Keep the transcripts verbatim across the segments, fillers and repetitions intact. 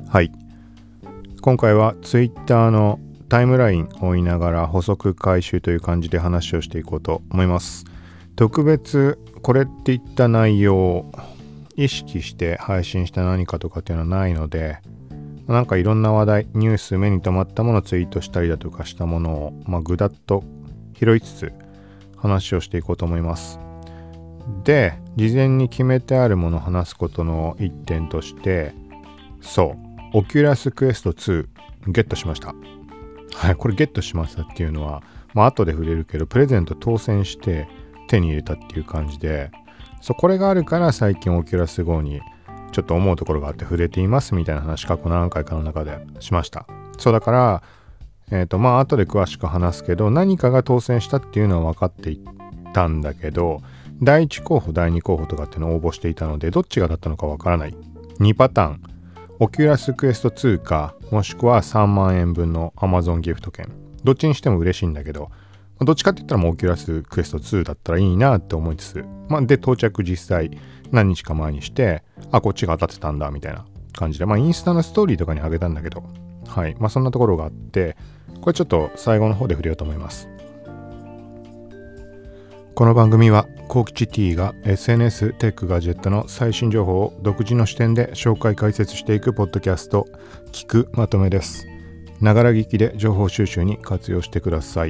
はい。今回は Twitter のタイムラインを追いながら補足回収という感じで話をしていこうと思います。特別これっていった内容を意識して配信した何かとかっていうのはないので、なんかいろんな話題、ニュース目に留まったものをツイートしたりだとかしたものを、まあ、ぐだっと拾いつつ話をしていこうと思います。で、事前に決めてあるものを話すことの一点として、そう、Oculus Quest ツーゲットしました。はい、これゲットしましたっていうのは、まあ後で触れるけど、プレゼント当選して手に入れたっていう感じで、そう、これがあるから最近 Oculus Go にちょっと思うところがあって触れていますみたいな話、過去何回かの中でしました。そうだから、えっと、まあ後で詳しく話すけど、何かが当選したっていうのは分かっていたんだけど、だいいち候補、だいに候補とかっていうのを応募していたので、どっちがだったのか分からない。にパターン。Oculus Quest ツーか、もしくはさんまんえんぶんの Amazon ギフト券。どっちにしても嬉しいんだけど、どっちかって言ったらもう Oculus Quest ツーだったらいいなって思いつつ、まあ、で、到着実際何日か前にして、あ、こっちが当たってたんだみたいな感じで、まあ、インスタのストーリーとかにあげたんだけど、はい。まあ、そんなところがあって、これちょっと最後の方で触れようと思います。この番組はコウキチ T が エスエヌエス テックガジェットの最新情報を独自の視点で紹介解説していくポッドキャスト聞くまとめです。ながら聞きで情報収集に活用してください。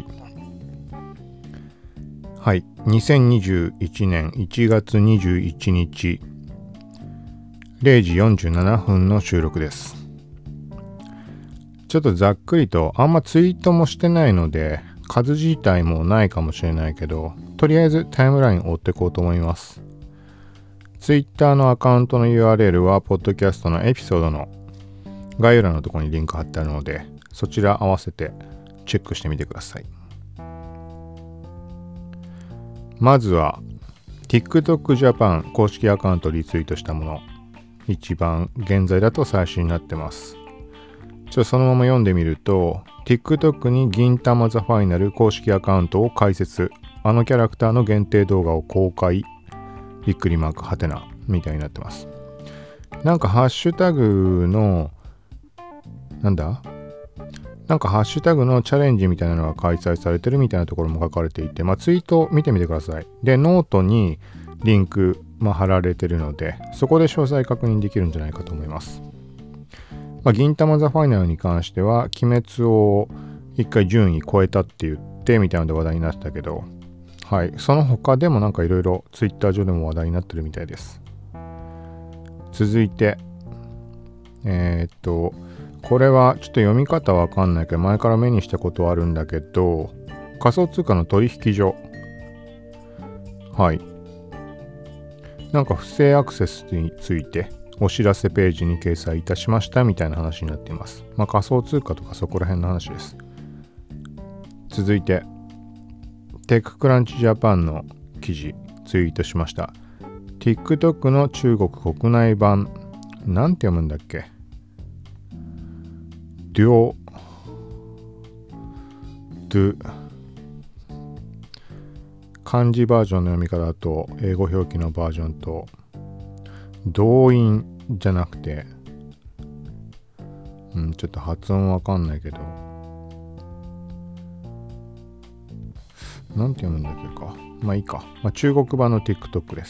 はい、にせんにじゅういちねんいちがつにじゅういちにちれいじよんじゅうななふんの収録です。ちょっとざっくりとあんまツイートもしてないので数自体もないかもしれないけど、とりあえずタイムラインを追っていこうと思います。Twitter のアカウントの ユーアールエル はポッドキャストのエピソードの概要欄のところにリンク貼ってあるので、そちら合わせてチェックしてみてください。まずは TikTok Japan 公式アカウントリツイートしたもの、一番現在だと最新になってます。ちょっとそのまま読んでみると、 TikTok に銀魂ザファイナル公式アカウントを開設、あのキャラクターの限定動画を公開、びっくりマークはてなみたいになってます。なんかハッシュタグのなんだなんかハッシュタグのチャレンジみたいなのが開催されてるみたいなところも書かれていて、まあツイート見てみてください。で、ノートにリンク、まあ、貼られてるので、そこで詳細確認できるんじゃないかと思います。まあ、銀魂ザファイナルに関しては、鬼滅を一回順位超えたって言ってみたいなので話題になってたけど、はい、その他でもなんかいろいろツイッター上でも話題になってるみたいです。続いて、えー、っと、これはちょっと読み方わかんないけど、前から目にしたことはあるんだけど、仮想通貨の取引所。はい。なんか不正アクセスについてお知らせページに掲載いたしましたみたいな話になっています。まあ仮想通貨とかそこら辺の話です。続いて、テッククランチジャパンの記事ツイートしました。TikTok の中国国内版、なんて読むんだっけ？デュオドゥ漢字バージョンの読み方と英語表記のバージョンと動員じゃなくて、うん、ちょっと発音わかんないけど、なんて読むんだっけか。まあいいか。まあ、中国版の TikTok です。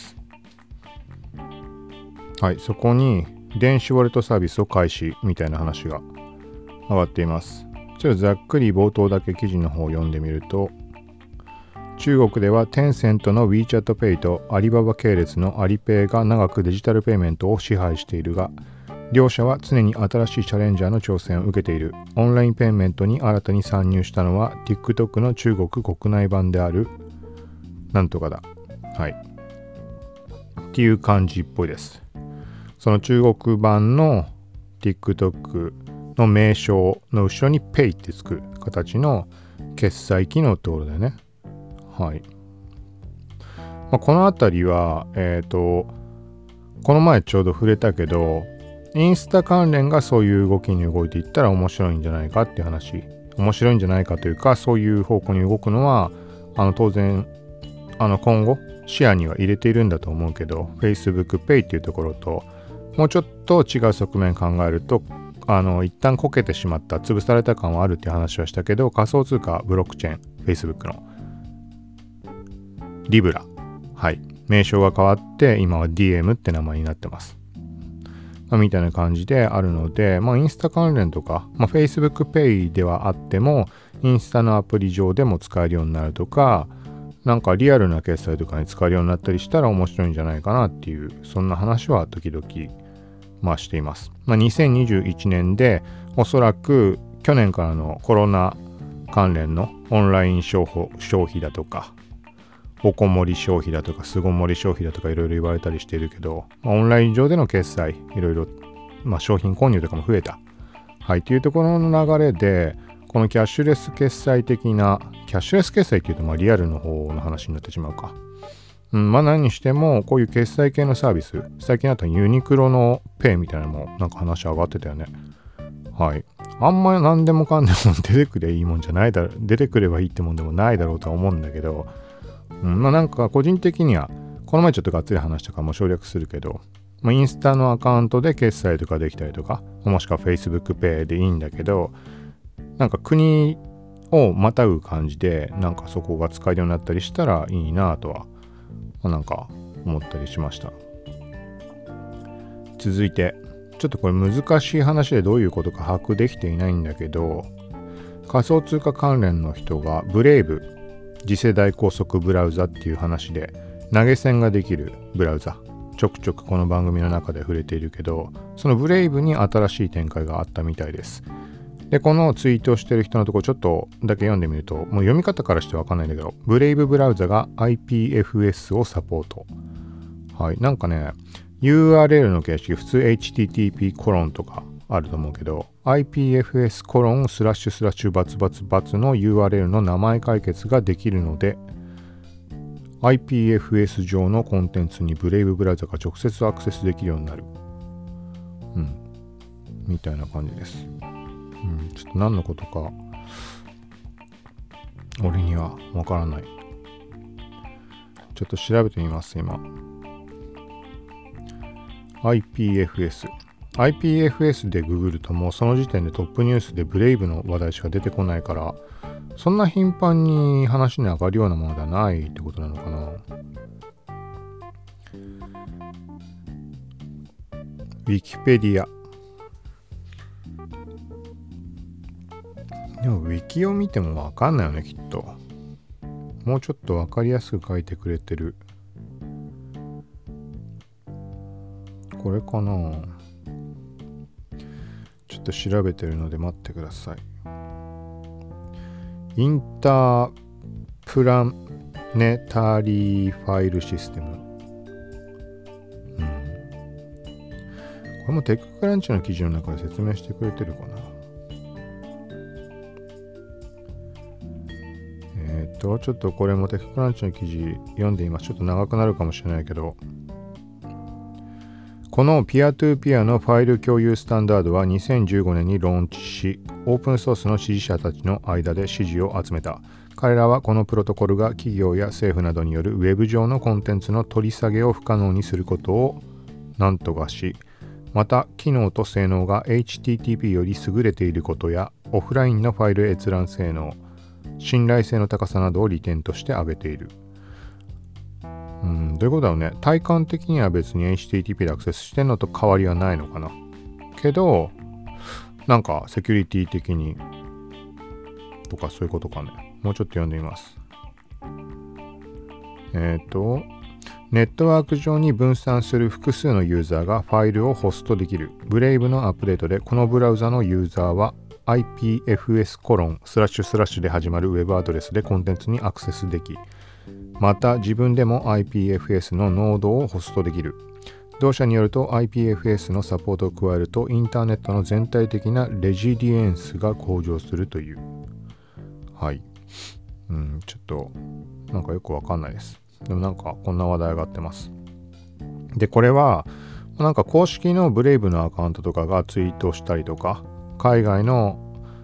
はい、そこに電子ウォレットサービスを開始みたいな話が上がっています。ちょっとざっくり冒頭だけ記事の方を読んでみると、中国ではテンセントの WeChat Pay とアリババ系列のアリペイが長くデジタルペイメントを支配しているが、両社は常に新しいチャレンジャーの挑戦を受けている。オンラインペイメントに新たに参入したのは TikTok の中国国内版であるなんとかだ。はい。っていう感じっぽいです。その中国版の TikTok の名称の後ろに Pay ってつく形の決済機能ってことだよね。はい。まあ、このあたりは、えっと、この前ちょうど触れたけど、インスタ関連がそういう動きに動いていったら面白いんじゃないかっていう話。面白いんじゃないかというか、そういう方向に動くのは、あの当然、あの今後、視野には入れているんだと思うけど、Facebook Pay っていうところと、もうちょっと違う側面考えると、 あの一旦こけてしまった、潰された感はあるっていう話はしたけど、仮想通貨ブロックチェーン Facebook のリブラ、はい、名称が変わって今は ディーエム って名前になってます、まあ、みたいな感じであるので、まあインスタ関連とか、まあ、Facebook Pay ではあってもインスタのアプリ上でも使えるようになるとか、なんかリアルな決済とかに使えるようになったりしたら面白いんじゃないかなっていう、そんな話は時々まあしています。まあ、にせんにじゅういちねんでおそらく去年からのコロナ関連のオンライン消費、消費だとかおこもり消費だとか巣ごもり消費だとかいろいろ言われたりしているけど、まあ、オンライン上での決済いろいろ、まあ、商品購入とかも増えた、はいというところの流れで、このキャッシュレス決済的な、キャッシュレス決済っていうとまあリアルの方の話になってしまうか。うん、まあ何にしてもこういう決済系のサービス、最近だとユニクロのペイみたいなのもなんか話上がってたよね。はい。あんまり何でもかんでも出てくればいいもんじゃないだろ、出てくればいいってもんでもないだろうとは思うんだけど、うん、まあなんか個人的には、この前ちょっとがっつり話したからもう省略するけど、まあ、インスタのアカウントで決済とかできたりとか、もしくは Facebook Pay でいいんだけど、なんか国をまたぐ感じで、なんかそこが使えるようになったりしたらいいなとは、まあ、なんか思ったりしました。続いて、ちょっとこれ難しい話でどういうことか把握できていないんだけど、仮想通貨関連の人がブレイブ、次世代高速ブラウザっていう話で投げ銭ができるブラウザ、ちょくちょくこの番組の中で触れているけど、そのブレイブに新しい展開があったみたいです。で、このツイートをしてる人のところちょっとだけ読んでみると、もう読み方からしてわかんないんだけど、ブレイブブラウザが アイピーエフエス をサポート。はい、なんかね、ユーアールエル の形式、普通 エイチティーティーピー コロンとかあると思うけど、アイピーエフエス コロンスラッシュスラッシュバツバツバツの ユーアールエル の名前解決ができるので、アイピーエフエス 上のコンテンツにブレイブブラウザが直接アクセスできるようになる。うん。みたいな感じです。うん、ちょっと何のことか俺にはわからない。ちょっと調べてみます今。アイピーエフエス アイピーエフエス でググるともうその時点でトップニュースでブレイブの話題しか出てこないから、そんな頻繁に話に上がるようなものではないってことなのかな。ウィキペディア。でもウィキを見てもわかんないよね、きっと。もうちょっとわかりやすく書いてくれてる。これかな。ちょっと調べてるので待ってください。インタープラネタリーファイルシステム。うん。これもテッククランチの記事の中で説明してくれてるかな。えっと、ちょっとこれもテッククランチの記事読んでいます。ちょっと長くなるかもしれないけど、このピアトゥーピアのファイル共有スタンダードはにせんじゅうごねんにローンチし、オープンソースの支持者たちの間で支持を集めた。彼らはこのプロトコルが企業や政府などによるウェブ上のコンテンツの取り下げを不可能にすることを何とかし、また機能と性能が エイチティーティーピー より優れていることやオフラインのファイル閲覧性能、信頼性の高さなどを利点として挙げている。うん、どういうことだろうね。体感的には別に エイチティーティーピー でアクセスしてんのと変わりはないのかな。けど、なんかセキュリティ的にとかそういうことかね。もうちょっと読んでみます。えっと、ネットワーク上に分散する複数のユーザーがファイルをホストできる。ブレイブのアップデートでこのブラウザのユーザーは アイピーエフエス コロンスラッシュスラッシュで始まるウェブアドレスでコンテンツにアクセスでき、また自分でも アイピーエフエス のノードをホストできる。同社によると アイピーエフエス のサポートを加えるとインターネットの全体的なレジリエンスが向上するという。はい。うん、ちょっとなんかよくわかんないです。でもなんかこんな話題上がってます。で、これはなんか公式のブレイブのアカウントとかがツイートしたりとか、海外の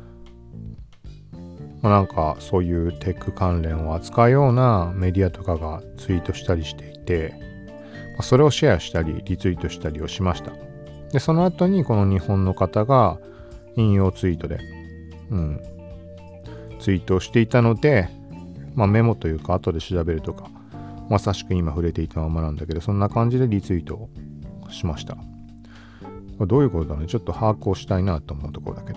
まあ、なんかそういうテック関連を扱うようなメディアとかがツイートしたりしていて、まあ、それをシェアしたりリツイートしたりをしました。で、その後にこの日本の方が引用ツイートで、うん、ツイートをしていたので、まあ、メモというか後で調べるとか、まさしく今触れていたままなんだけど、そんな感じでリツイートをしました。どういうことだね、ちょっと把握をしたいなと思うところだけど。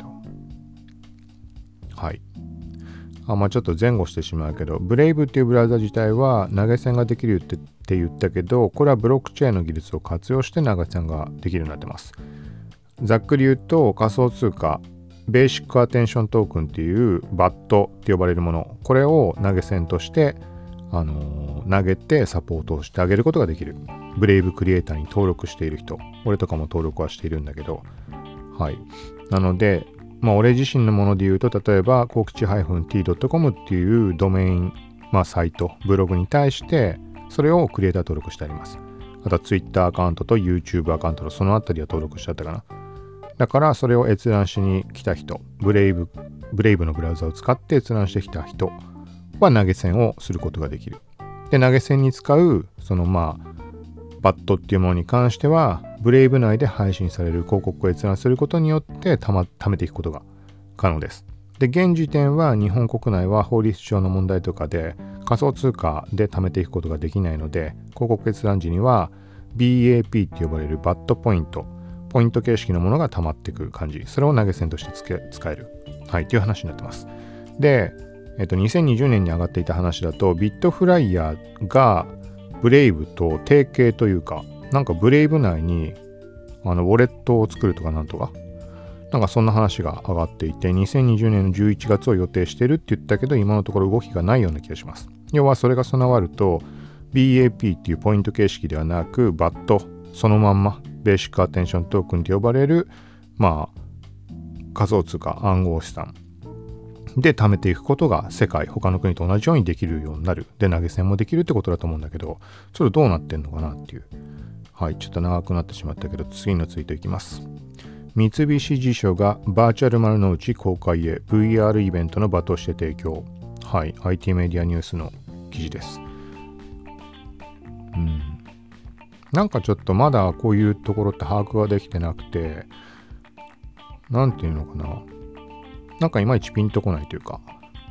はい。あまあちょっと前後してしまうけど、ブレイブっていうブラウザ自体は投げ銭ができるってって言ったけど、これはブロックチェーンの技術を活用して投げ銭ができるようになってます。ざっくり言うと、仮想通貨ベーシックアテンショントークンっていうバットって呼ばれるもの、これを投げ銭として、あのー、投げてサポートをしてあげることができる。ブレイブクリエイターに登録している人、俺とかも登録はしているんだけど、はい。なので、まあ俺自身のもので言うと、例えばコウキチ -ティードットコム っていうドメイン、まあサイト、ブログに対してそれをクリエイター登録してあります。あとは Twitter アカウントと YouTube アカウントとそのあたりは登録しちゃったかな。だからそれを閲覧しに来た人、ブレイブ、ブレイブのブラウザを使って閲覧してきた人は投げ銭をすることができる。で、投げ銭に使うそのまあバットっていうものに関しては、ブレイブ内で配信される広告を閲覧することによってたま、貯めていくことが可能です。で、現時点は日本国内は法律上の問題とかで仮想通貨で貯めていくことができないので、広告閲覧時には ビーエーピー って呼ばれるバットポイント、ポイント形式のものが溜まっていく感じ。それを投げ銭としてつけ使える。はい、という話になってます。で、えっと、にせんにじゅうねんに上がっていた話だと、ビットフライヤーがブレイブと提携というか、なんかブレイブ内にあのウォレットを作るとかなんとか、なんかそんな話が上がっていて、にせんにじゅうねんのじゅういちがつを予定してるって言ったけど、今のところ動きがないような気がします。要はそれが備わると ビーエーピー っていうポイント形式ではなく、バットそのまんまベーシックアテンショントークンと呼ばれるまあ仮想通貨暗号資産で貯めていくことが世界他の国と同じようにできるようになる。で、投げ銭もできるってことだと思うんだけど、ちょっとどうなってんのかなっていう。はい、ちょっと長くなってしまったけど、次のツイートいきます。三菱地所がバーチャル丸の内公開へ ブイアール イベントの場として提供。はい、アイティー メディアニュースの記事です。うん。なんかちょっとまだこういうところって把握ができてなくて、なんていうのかな。なんかいまいちピンとこないというか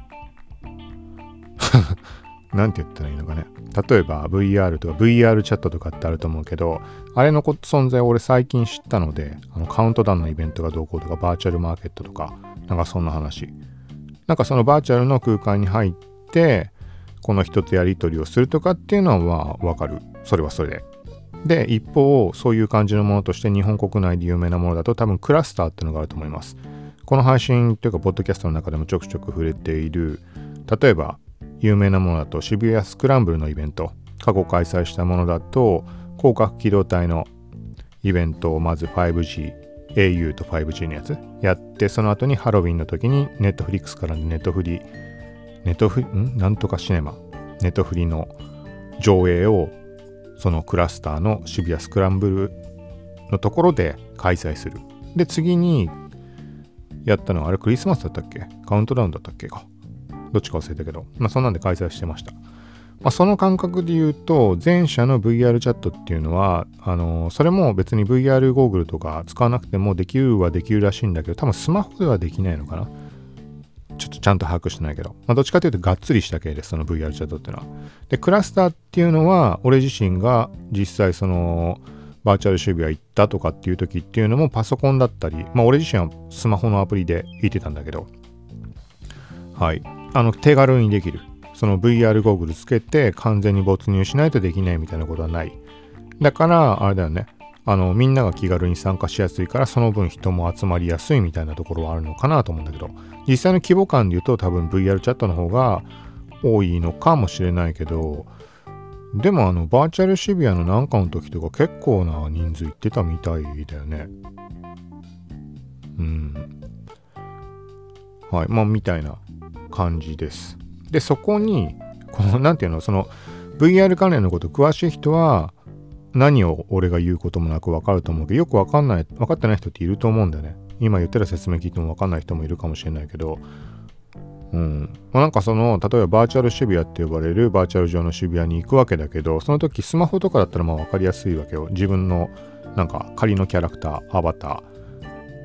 なんて言ったらいいのかね。例えば ブイアール とか ブイアール チャットとかってあると思うけど、あれの存在を俺最近知ったので、あのカウントダウンのイベントがどうこうとか、バーチャルマーケットとか、なんかそんな話。なんかそのバーチャルの空間に入ってこの人とやり取りをするとかっていうのはまあわかる。それはそれで。で、一方そういう感じのものとして日本国内で有名なものだと多分クラスターっていうのがあると思います。この配信というかポッドキャストの中でもちょくちょく触れている、例えば有名なものだと渋谷スクランブルのイベント、過去開催したものだと広角機動隊のイベントをまず ファイブジー、エーユー と ファイブジー のやつやって、その後にハロウィンの時にネットフリックスからネットフリネットフリんなんとかシネマネットフリの上映をそのクラスターの渋谷スクランブルのところで開催する。で、次にやったのはあれクリスマスだったっけ、カウントダウンだったっけか、どっちか忘れたけど、まあそんなんで開催してました。まあ、その感覚で言うと、前者の ブイアール チャットっていうのは、あのー、それも別に ブイアール ゴーグルとか使わなくてもできるはできるらしいんだけど、多分スマホではできないのかな。ちょっとちゃんと把握してないけど、まあ、どっちかというとがっつりした系です、その ブイアール チャットっていうのは。で、クラスターっていうのは、俺自身が実際そのバーチャル渋谷行ったとかっていう時っていうのもパソコンだったり、まあ俺自身はスマホのアプリで行ってたんだけど、はい、あの手軽にできる。その ブイアール ゴーグルつけて完全に没入しないとできないみたいなことはない。だからあれだよね、あのみんなが気軽に参加しやすいから、その分人も集まりやすいみたいなところはあるのかなと思うんだけど、実際の規模感で言うと多分 ブイアール チャットの方が多いのかもしれないけど、でもあのバーチャル渋谷のなんかの時とか結構な人数行ってたみたいだよね。うん。はい、まあみたいな感じです。で、そこにこのなんていうの、その ブイアール 関連のこと詳しい人は何を俺が言うこともなく分かると思うけど、よく分かんない分かってない人っていると思うんだよね。今言ってる説明聞いても分かんない人もいるかもしれないけど、うん、まあ、なんかその例えばバーチャル渋谷って呼ばれるバーチャル上の渋谷に行くわけだけど、その時スマホとかだったらまあ分かりやすいわけよ。自分のなんか仮のキャラクター、アバター、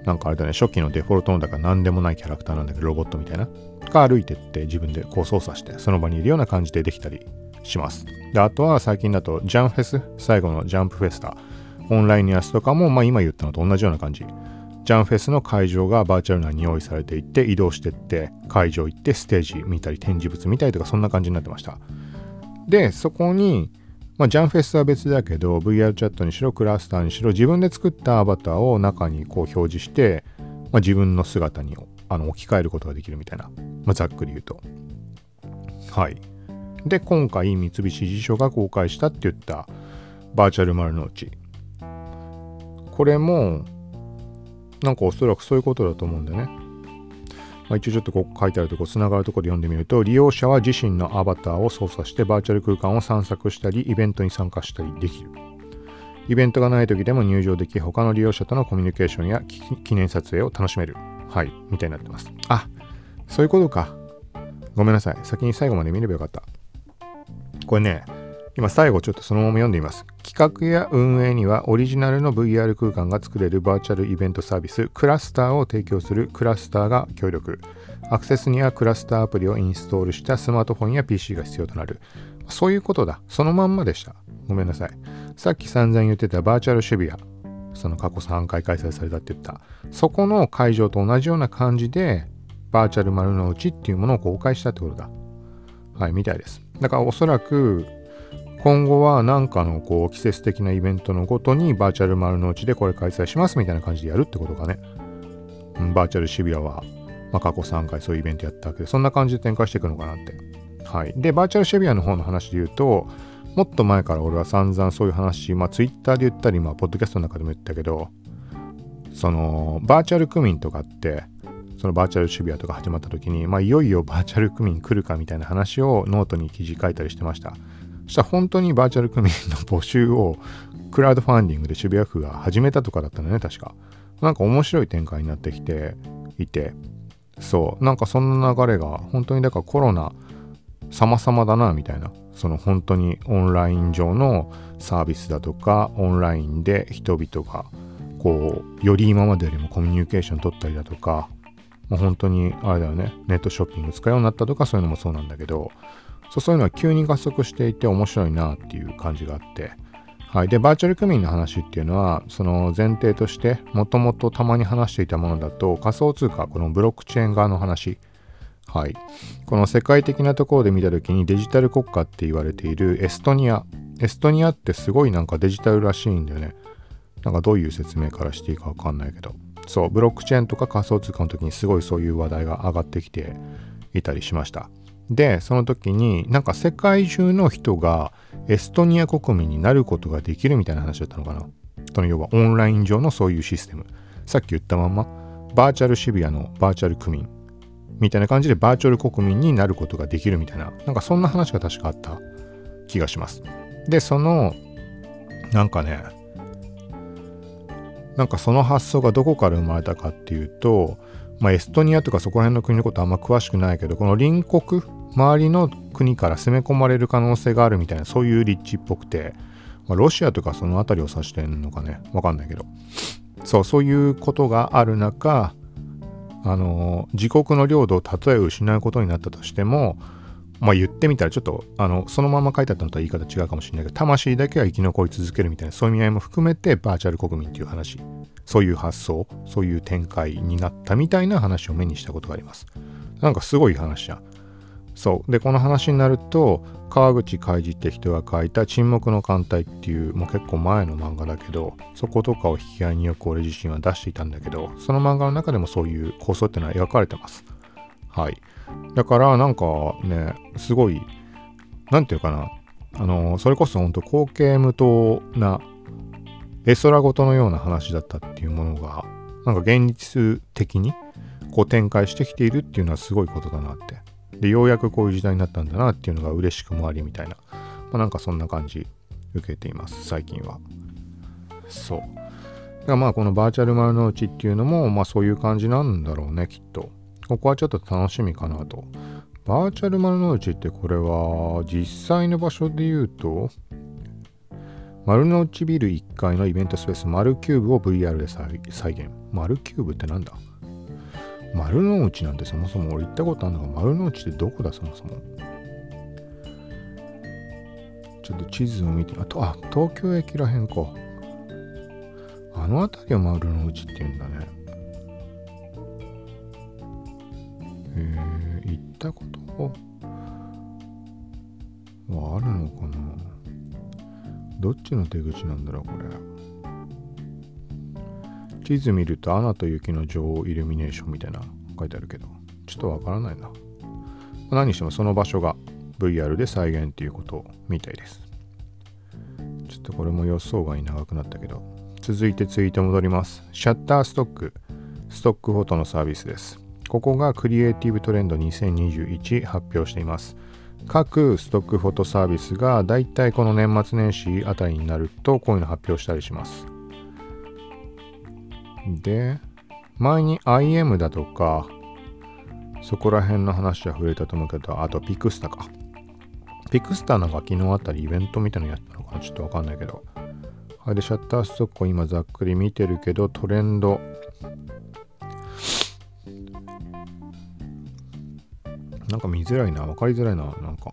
なんかあれだね、初期のデフォルトのだから何でもないキャラクターなんだけど、ロボットみたいな。が歩いてって自分でこう操作して、その場にいるような感じでできたりします。で、あとは最近だと、ジャンフェス、最後のジャンプフェスタ、オンラインのやつとかも、まあ今言ったのと同じような感じ。ジャンフェスの会場がバーチャル内に用意されていて、移動してって、会場行ってステージ見たり、展示物見たりとか、そんな感じになってました。で、そこに、まあ、ジャンフェスは別だけど ブイアール チャットにしろクラスターにしろ自分で作ったアバターを中にこう表示して、まあ、自分の姿にあの置き換えることができるみたいな、まあ、ざっくり言うと。はい。で、今回三菱地所が公開したって言ったバーチャル丸の内。これもなんかおそらくそういうことだと思うんだよね。まあ、一応ちょっとここ書いてあるとこつながるところで読んでみると、利用者は自身のアバターを操作してバーチャル空間を散策したりイベントに参加したりできる。イベントがない時でも入場でき、他の利用者とのコミュニケーションや記念撮影を楽しめる。はい、みたいになってます。あ、そういうことか。ごめんなさい。先に最後まで見ればよかった。これね、今最後ちょっとそのまま読んでみます。企画や運営にはオリジナルの ブイアール 空間が作れるバーチャルイベントサービスクラスターを提供するクラスターが協力。アクセスにはクラスターアプリをインストールしたスマートフォンや ピーシー が必要となる。そういうことだ。そのまんまでした。ごめんなさい。さっき散々言ってたバーチャル渋谷、その過去さんかい開催されたって言った、そこの会場と同じような感じでバーチャル丸の内っていうものを公開したってことだ。はい、みたいです。だからおそらく今後は何かのこう季節的なイベントのごとにバーチャル丸の内でこれ開催しますみたいな感じでやるってことかね。うん、バーチャル渋谷は、まあ、過去さんかいそういうイベントやったわけで、そんな感じで展開していくのかなって。はい。で、バーチャル渋谷の方の話で言うと、もっと前から俺は散々そういう話、まあツイッターで言ったり、まあポッドキャストの中でも言ったけど、そのバーチャル区民とかって、そのバーチャル渋谷とか始まった時に、まあいよいよバーチャル区民来るかみたいな話をノートに記事書いたりしてました。そしたら本当にバーチャル区民の募集をクラウドファンディングで渋谷区が始めたとかだったのね、確か。なんか面白い展開になってきていて、そう、なんかそんな流れが本当にだからコロナ様々だなみたいな、その本当にオンライン上のサービスだとか、オンラインで人々がこうより今までよりもコミュニケーション取ったりだとか、もう本当にあれだよね、ネットショッピング使うようになったとか、そういうのもそうなんだけど、そうそういうのは急に加速していて面白いなっていう感じがあって、はい。で、バーチャル区民の話っていうのは、その前提として、もともとたまに話していたものだと、仮想通貨、このブロックチェーン側の話。はい。この世界的なところで見たときにデジタル国家って言われているエストニア。エストニアってすごいなんかデジタルらしいんだよね。なんかどういう説明からしていいかわかんないけど。そう、ブロックチェーンとか仮想通貨の時にすごいそういう話題が上がってきていたりしました。で、その時になんか世界中の人がエストニア国民になることができるみたいな話だったのかな。その要はオンライン上のそういうシステム。さっき言ったまんま、バーチャル渋谷のバーチャル区民みたいな感じでバーチャル国民になることができるみたいな、なんかそんな話が確かあった気がします。で、その、なんかね、なんかその発想がどこから生まれたかっていうと、まあエストニアとかそこら辺の国のことあんま詳しくないけど、この隣国、周りの国から攻め込まれる可能性があるみたいな、そういう立地っぽくて、まあ、ロシアとかそのあたりを指してんのかね、わかんないけど、そう、そういうことがある中、あの自国の領土をたとえ失うことになったとしても、まあ言ってみたらちょっとあのそのまま書いてあったのとは言い方違うかもしれないけど、魂だけは生き残り続けるみたいな、そういう意味合いも含めてバーチャル国民っていう話、そういう発想、そういう展開になったみたいな話を目にしたことがあります。なんかすごい話じゃん。そうで、この話になると、川口海二って人が書いた沈黙の艦隊っていう、もう結構前の漫画だけど、そことかを引き合いによく俺自身は出していたんだけど、その漫画の中でもそういう構想っていうのは描かれてます。はい。だからなんかね、すごい、なんていうかな、あのそれこそ本当光景無刀な絵空事のような話だったっていうものが、なんか現実的にこう展開してきているっていうのはすごいことだなって。で、ようやくこういう時代になったんだなっていうのが嬉しくもありみたいな、まあ、なんかそんな感じ受けています最近は。そう。だからまあこのバーチャル丸の内っていうのもまあそういう感じなんだろうね、きっと。ここはちょっと楽しみかなと。バーチャル丸の内ってこれは実際の場所で言うと、 丸の内ビルいっかいのイベントスペース丸キューブを ブイアール で再現。丸キューブってなんだ？丸の内なんてそもそも俺行ったことあるのが、丸の内ってどこだそもそも。ちょっと地図を見て、あと、あ、東京駅らへんか。あの辺りは丸の内って言うんだね。えー、行ったことはあるのかな。どっちの手口なんだろうこれ。地図見るとアナと雪の女王イルミネーションみたいな書いてあるけど、ちょっとわからないな。何にしてもその場所が ブイアール で再現っていうことみたいです。ちょっとこれも予想外に長くなったけど、続いてツイート戻ります。シャッターストックストックフォトのサービスです。ここがクリエイティブトレンドにせんにじゅういち発表しています。各ストックフォトサービスがだいたいこの年末年始あたりになるとこういうの発表したりします。で、前に アイエム だとかそこら辺の話は触れたと思うけど、あとピクスタか。ピクスタなんか昨日あたりイベントみたいなのやったのかな、ちょっとわかんないけど。はい、でシャッターストックを今ざっくり見てるけど、トレンドなんか見づらいな、わかりづらいな、なんか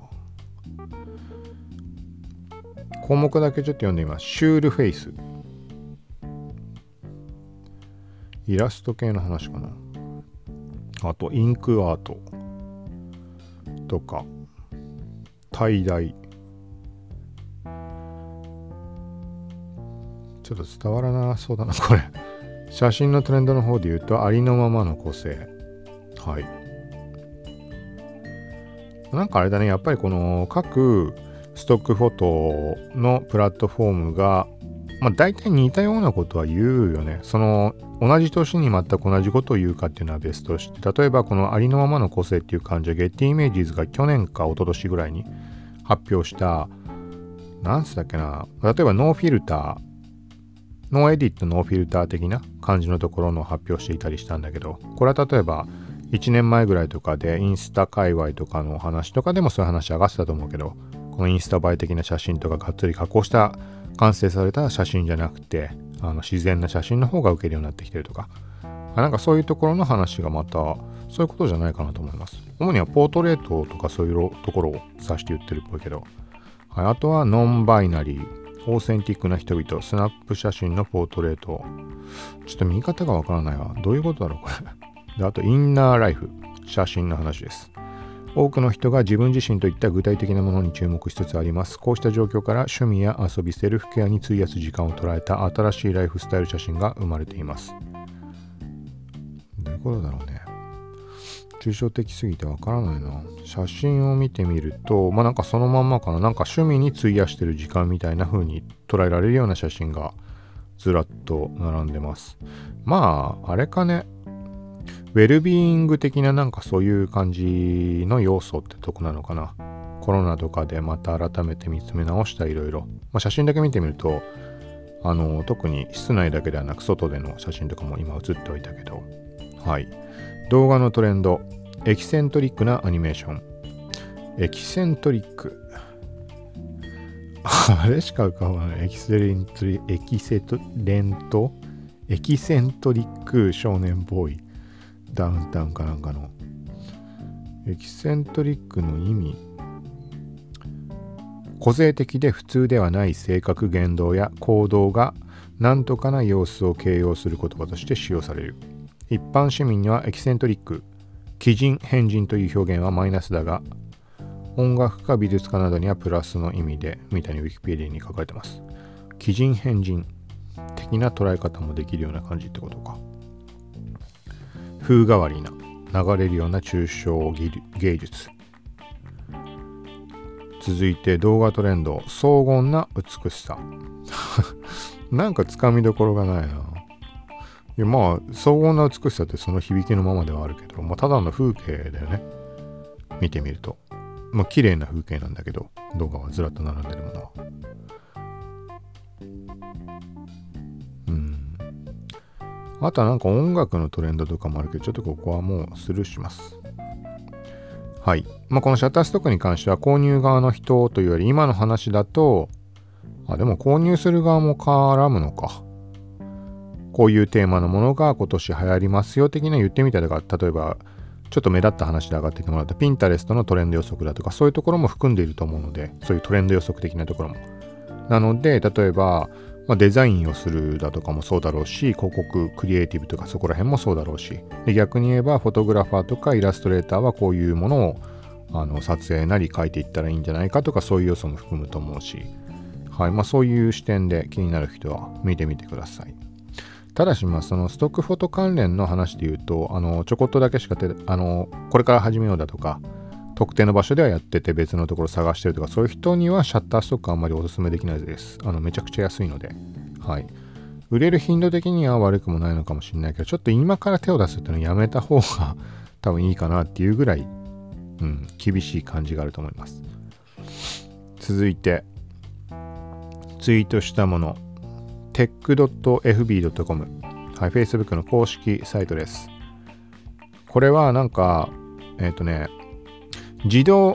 項目だけちょっと読んでみます。シュールフェイス、イラスト系の話かな。あとインクアートとかタイダイ、ちょっと伝わらなそうだなこれ。写真のトレンドの方で言うとありのままの個性。はい、なんかあれだね、やっぱりこの各ストックフォトのプラットフォームがまあ大体似たようなことは言うよね。その同じ年に全く同じことを言うかっていうのは別として、例えばこのありのままの個性っていう感じはゲッティイメージズが去年か一昨年ぐらいに発表したなんつったっけな、例えばノーフィルター、ノーエディットノーフィルター的な感じのところの発表していたりしたんだけど、これは例えばいちねんまえぐらいとかでインスタ界隈とかの話とかでもそういう話上がってたと思うけど、このインスタ映え的な写真とかがっつり加工した完成された写真じゃなくて、あの自然な写真の方が受けるようになってきてるとか、なんかそういうところの話がまたそういうことじゃないかなと思います。主にはポートレートとかそういうところを指して言ってるっぽいけど、はい、あとはノンバイナリー、オーセンティックな人々、スナップ写真のポートレート、ちょっと見方がわからないわ。どういうことだろうこれ。で、あとインナーライフ、写真の話です。多くの人が自分自身といった具体的なものに注目しつつあります。こうした状況から趣味や遊び、セルフケアに費やす時間を捉えた新しいライフスタイル写真が生まれています。どういうことだろうね。抽象的すぎてわからないな。写真を見てみると、まあなんかそのまんまかな。なんか趣味に費やしてる時間みたいな風に捉えられるような写真がずらっと並んでます。まあ、あれかね。ウェルビーイング的ななんかそういう感じの要素ってとこなのかな。コロナとかでまた改めて見つめ直したいろいろ。まあ写真だけ見てみると、あの、特に室内だけではなく外での写真とかも今写っておいたけど。はい。動画のトレンド。エキセントリックなアニメーション。エキセントリック。あれしか浮かばない。エキセントリ、エキセレントエキセントリック少年ボーイ。ダウンタウンかなんかの。エキセントリックの意味。個性的で普通ではない性格、言動や行動が何とかな様子を形容する言葉として使用される。一般市民にはエキセントリック、奇人、変人という表現はマイナスだが、音楽家、美術家などにはプラスの意味で、みたいにウィキペディアに書かれてます。奇人、変人的な捉え方もできるような感じってことか。風変わりな、流れるような抽象芸術。続いて動画トレンド、荘厳な美しさ。なんかつかみどころがないな。いやまあ荘厳な美しさってその響きのままではあるけど、まあ、ただの風景だよね。見てみると、まあ綺麗な風景なんだけど、動画はずらっと並んでるものは。うん。あとはなんか音楽のトレンドとかもあるけど、ちょっとここはもうスルーします。はい。まあこのシャッターストックに関しては購入側の人というより、今の話だとあ、でも購入する側も絡むのか。こういうテーマのものが今年流行りますよ的な言ってみたりとか、例えばちょっと目立った話で上がってきてもらったピンタレストのトレンド予測だとか、そういうところも含んでいると思うので、そういうトレンド予測的なところも。なので、例えば、まあ、デザインをするだとかもそうだろうし、広告、クリエイティブとかそこら辺もそうだろうし、で逆に言えばフォトグラファーとかイラストレーターはこういうものをあの撮影なり書いていったらいいんじゃないかとか、そういう要素も含むと思うし、はい、まあそういう視点で気になる人は見てみてください。ただし、まあそのストックフォト関連の話で言うと、あのちょこっとだけしかてあのこれから始めようだとか、特定の場所ではやってて別のところ探してるとか、そういう人にはシャッターストックあんまりおすすめできないです。あのめちゃくちゃ安いので、はい。売れる頻度的には悪くもないのかもしれないけど、ちょっと今から手を出すっていうのをやめた方が多分いいかなっていうぐらい、うん、厳しい感じがあると思います。続いて、ツイートしたもの、テックドットエフビードットコム、はい、Facebook の公式サイトです。これはなんか、えっとね、自動、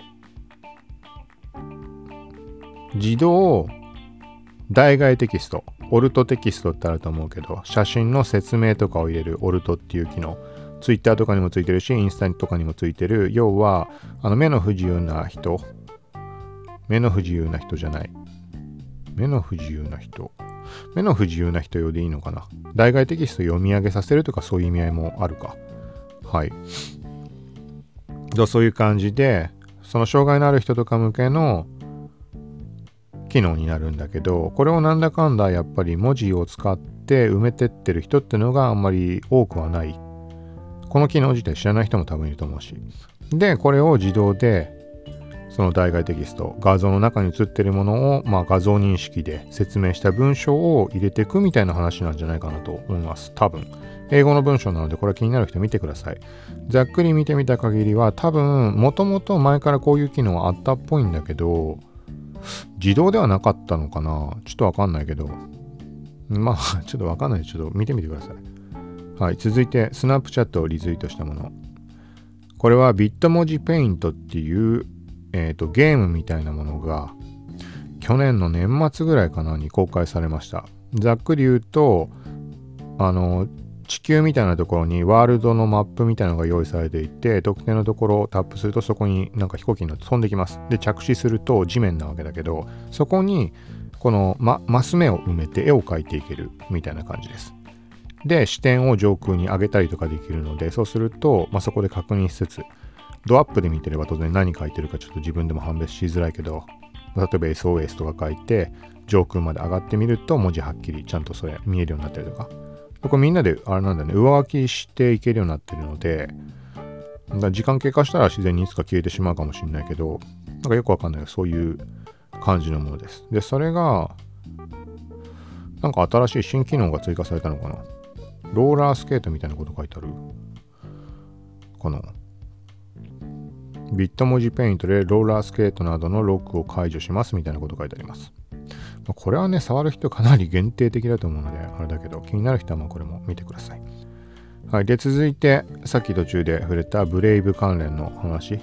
自動代替テキスト、オルトテキストってあると思うけど、写真の説明とかを入れるオルトっていう機能、Twitter とかにもついてるし、インスタとかにもついてる、要は、あの目の不自由な人、目の不自由な人じゃない、目の不自由な人、目の不自由な人用でいいのかな。代替テキスト読み上げさせるとかそういう意味合いもあるか。はい。そういう感じで、その障害のある人とか向けの機能になるんだけど、これをなんだかんだやっぱり文字を使って埋めてってる人ってのがあんまり多くはない。この機能自体知らない人も多分いると思うし。で、これを自動でその代替テキスト、画像の中に写ってるものを、まあ、画像認識で説明した文章を入れていくみたいな話なんじゃないかなと思います。多分。英語の文章なので、これ気になる人見てください。ざっくり見てみた限りは、多分、もともと前からこういう機能はあったっぽいんだけど、自動ではなかったのかな？ちょっとわかんないけど。まあ、ちょっとわかんない。ちょっと見てみてください。はい。続いて、スナップチャットをリツイートしたもの。これはビット文字ペイントっていう、えーと、ゲームみたいなものが、去年の年末ぐらいかなに公開されました。ざっくり言うと、あの、地球みたいなところにワールドのマップみたいなのが用意されていて、特定のところをタップするとそこになんか飛行機に乗って飛んできます。で、着地すると地面なわけだけど、そこにこの、ま、マス目を埋めて絵を描いていけるみたいな感じです。で、視点を上空に上げたりとかできるので、そうすると、まあ、そこで確認しつつ、ドアップで見てれば当然何書いてるかちょっと自分でも判別しづらいけど、例えば エスオーエス とか書いて、上空まで上がってみると文字はっきりちゃんとそれ見えるようになったりとか。これみんなであれなんだね、上書きしていけるようになってるので、だから時間経過したら自然にいつか消えてしまうかもしれないけど、なんかよくわかんないそういう感じのものです。で、それが、なんか新しい新機能が追加されたのかな。ローラースケートみたいなこと書いてあるかな。ビット文字ペイントでローラースケートなどのロックを解除しますみたいなこと書いてあります。これはね、触る人かなり限定的だと思うので、あれだけど、気になる人はまあこれも見てください。はい。で、続いて、さっき途中で触れたブレイブ関連の話。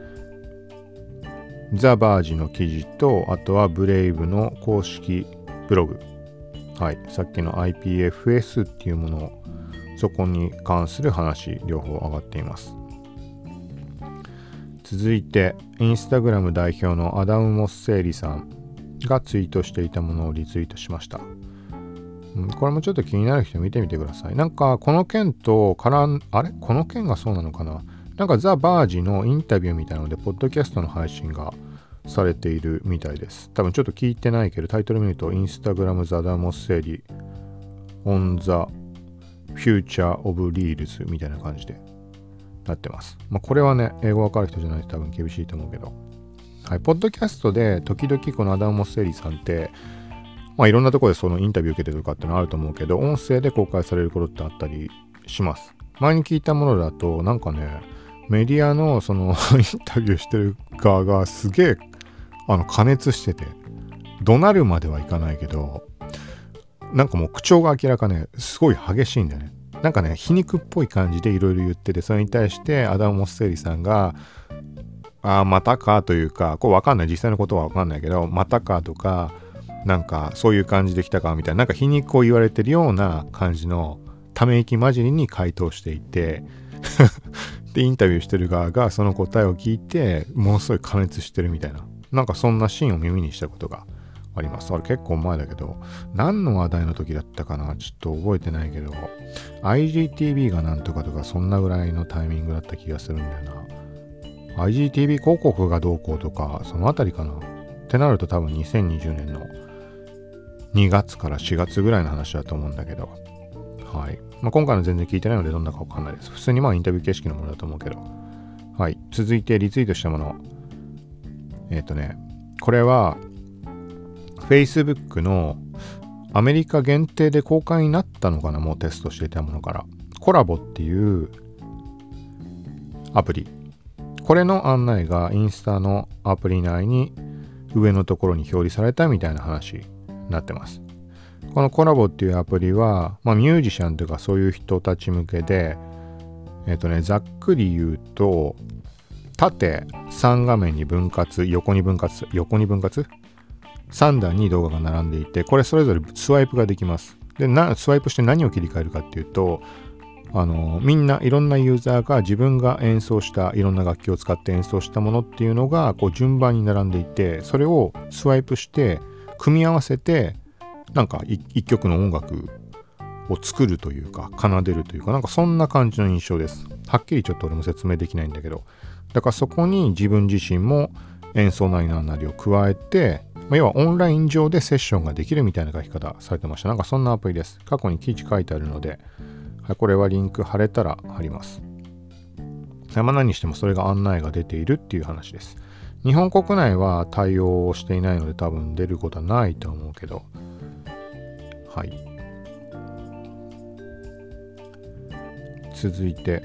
ザ・バージの記事と、あとはブレイブの公式ブログ。はい。さっきの アイピーエフエス っていうものを、そこに関する話、両方上がっています。続いて、インスタグラム代表のアダム・モッセーリさんがツイートしていたものをリツイートしました。うん、これもちょっと気になる人見てみてください。なんか、この件と絡ん、あれこの件がそうなのかな。なんか、ザ・バージのインタビューみたいなので、ポッドキャストの配信がされているみたいです。多分ちょっと聞いてないけど、タイトル見ると、インスタグラム・ザ・ダモッセーリ on the future of reels みたいな感じでなってます。まあ、これはね、英語わかる人じゃないと多分厳しいと思うけど。はい、ポッドキャストで時々このアダム・モッセーリさんって、まあいろんなところでそのインタビュー受けてるとかってのあると思うけど、音声で公開されることってあったりします。前に聞いたものだと、なんかね、メディアのそのインタビューしてる側がすげえ、あの、加熱してて、怒鳴るまではいかないけど、なんかもう口調が明らかね、すごい激しいんだよね。なんかね、皮肉っぽい感じでいろいろ言ってて、それに対してアダム・モッセーリさんが、ああ、またかというか、こうわかんない、実際のことはわかんないけど、またかとか、 なんかそういう感じで来たかみたいな、なんか皮肉を言われてるような感じのため息混じりに回答していてでインタビューしてる側がその答えを聞いてものすごい加熱してるみたいな、なんかそんなシーンを耳にしたことがあります。あれ結構前だけど、何の話題の時だったかな、ちょっと覚えてないけど アイジーティービー がなんとかとかそんなぐらいのタイミングだった気がするんだよな。 アイジーティービー 広告がどうこうとかそのあたりかなってなると、多分にせんにじゅうねんのにがつからしがつぐらいの話だと思うんだけど、はい。まあ、今回の全然聞いてないのでどんなかわかんないです。普通にまあインタビュー形式のものだと思うけど。はい。続いてリツイートしたもの。えっとね、これは Facebook のアメリカ限定で公開になったのかな、もうテストしていたものから。コラボっていうアプリ。これの案内がインスタのアプリ内に上のところに表示されたみたいな話になってます。このコラボっていうアプリは、まあ、ミュージシャンというかそういう人たち向けで、えっとね、ざっくり言うと、縦さん画面に分割、横に分割、横に分割さんだんに動画が並んでいて、これそれぞれスワイプができます。で、なスワイプして何を切り替えるかっていうと、あのみんないろんなユーザーが自分が演奏したいろんな楽器を使って演奏したものっていうのがこう順番に並んでいて、それをスワイプして組み合わせてなんか一曲の音楽を作るというか奏でるというか、なんかそんな感じの印象です。はっきりちょっと俺も説明できないんだけど、だからそこに自分自身も演奏なりなんなりを加えて、まあ、要はオンライン上でセッションができるみたいな書き方されてました。なんかそんなアプリです。過去に記事書いてあるので、はい、これはリンク貼れたら貼ります。まあ、何にしてもそれが案内が出ているっていう話です。日本国内は対応していないので多分出ることはないと思うけど、はい。続いて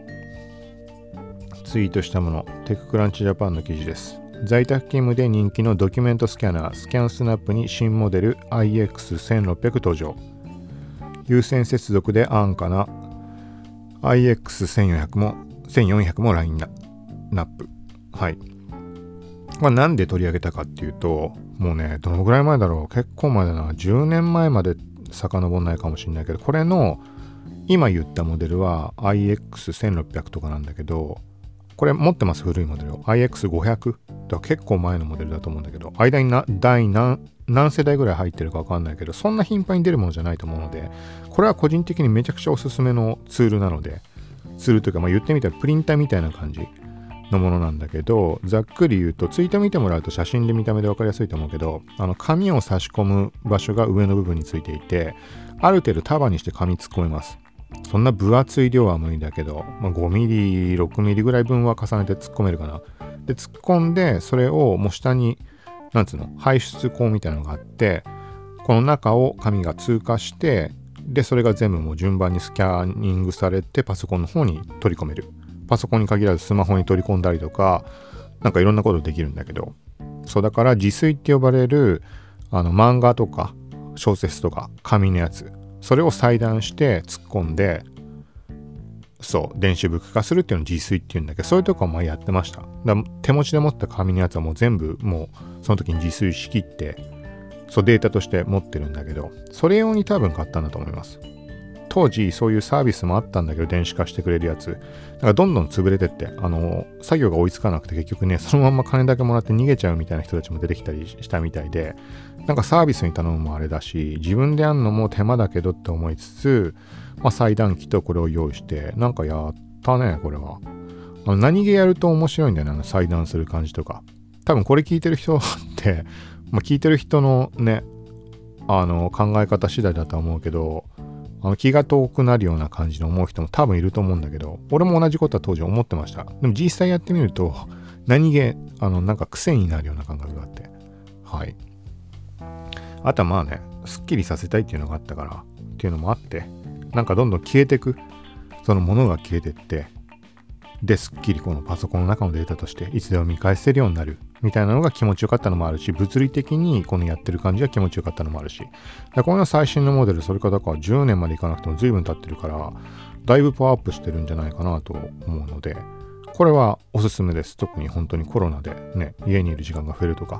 ツイートしたもの、テッククランチジャパンの記事です。在宅勤務で人気のドキュメントスキャナースキャンスナップに新モデル アイエックスせんろっぴゃく 登場。有線接続で安価な アイエックスせんよんひゃく もせんよんひゃくもラインナップ。はい。まあ、なんで取り上げたかっていうと、もうね、どのぐらい前だろう、結構前だな、じゅうねんまえまで遡んないかもしれないけど、これの今言ったモデルは アイエックスせんろっぴゃく とかなんだけど、これ持ってます、古いモデルを アイエックスごひゃく だから結構前のモデルだと思うんだけど、間にな第 何, 何世代ぐらい入ってるか分かんないけど、そんな頻繁に出るものじゃないと思うので、これは個人的にめちゃくちゃおすすめのツールなので、ツールというか、まあ、言ってみたらプリンターみたいな感じのものなんだけど、ざっくり言うとツイート見てもらうと写真で見た目で分かりやすいと思うけど、あの紙を差し込む場所が上の部分についていて、ある程度束にして紙突っ込めます。そんな分厚い量は無理だけど、まあ、ごミリ、ろくミリぐらい分は重ねて突っ込めるかな。で、突っ込んで、それをもう下に、なんつうの、排出口みたいなのがあって、この中を紙が通過して、で、それが全部もう順番にスキャニングされて、パソコンの方に取り込める。パソコンに限らずスマホに取り込んだりとか、なんかいろんなことできるんだけど、そうだから自炊って呼ばれる、あの漫画とか小説とか紙のやつ、それを裁断して突っ込んで、そう電子ブック化するっていうのを自炊っていうんだけど、そういうとこはまあやってました。だ手持ちで持った紙のやつはもう全部もうその時に自炊しきって、そうデータとして持ってるんだけど、それ用に多分買ったんだと思います。当時そういうサービスもあったんだけど、電子化してくれるやつだからどんどん潰れてって、あの作業が追いつかなくて、結局ねそのまんま金だけもらって逃げちゃうみたいな人たちも出てきたりしたみたいで、なんかサービスに頼むもあれだし、自分でやるのも手間だけどって思いつつ、まあ、裁断機とこれを用意して、なんかやったね。これはあの何気やると面白いんだよね、あの裁断する感じとか。多分これ聞いてる人ってまあ聞いてる人のね、あの考え方次第だとは思うけど、あの気が遠くなるような感じで思う人も多分いると思うんだけど、俺も同じことは当時思ってました。でも実際やってみると何気あのなんか癖になるような感覚があって、はい。あとはまあね、すっきりさせたいっていうのがあったからっていうのもあって、なんかどんどん消えてく、そのものが消えてって、ですっきりこのパソコンの中のデータとしていつでも見返せるようになるみたいなのが気持ちよかったのもあるし、物理的にこのやってる感じが気持ちよかったのもあるし、この最新のモデル、それからだからじゅうねんまでいかなくても随分経ってるから、だいぶパワーアップしてるんじゃないかなと思うので、これはおすすめです。特に本当にコロナでね、家にいる時間が増えるとか、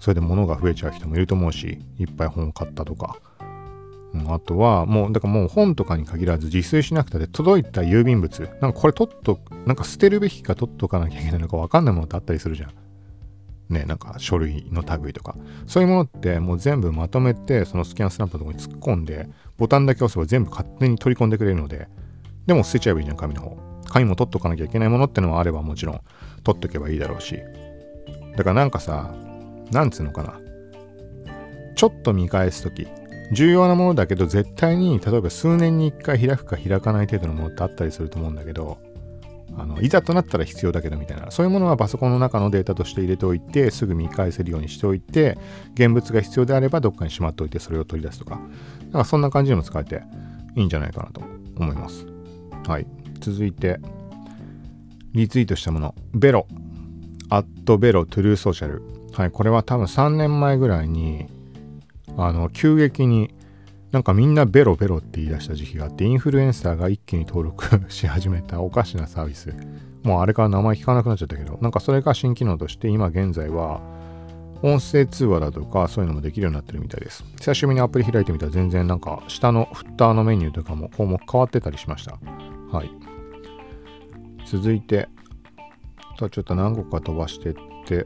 それで物が増えちゃう人もいると思うし、いっぱい本を買ったとか。うん、あとはもうだからもう本とかに限らず自炊しなくて届いた郵便物、なんかこれ取っとなんか捨てるべきか取っとかなきゃいけないのか分かんないものってあったりするじゃん。ね、なんか書類の類とかそういうものってもう全部まとめてそのスキャンスナップのところに突っ込んでボタンだけ押せば全部勝手に取り込んでくれるので、でも捨てちゃえばいいじゃん。紙の方紙も取っとかなきゃいけないものってのもあればもちろん取っとけばいいだろうし、だからなんかさ、なんつうのかな、ちょっと見返すとき重要なものだけど絶対に例えば数年にいっかい開くか開かない程度のものってあったりすると思うんだけど、あのいざとなったら必要だけどみたいな、そういうものはパソコンの中のデータとして入れておいてすぐ見返せるようにしておいて、現物が必要であればどっかにしまっておいてそれを取り出すとか、だからそんな感じでも使えていいんじゃないかなと思います。はい、続いてリツイートしたもの、ベロアットベロトゥルーソーシャル。はい、これは多分さんねんまえぐらいにあの急激になんかみんなベロベロって言い出した時期があって、インフルエンサーが一気に登録し始めたおかしなサービス、もうあれから名前聞かなくなっちゃったけど、なんかそれが新機能として今現在は音声通話だとかそういうのもできるようになってるみたいです。久しぶりにアプリ開いてみたら全然なんか下のフッターのメニューとかも項目変わってたりしました。はい、続いてちょっと何個か飛ばしてって、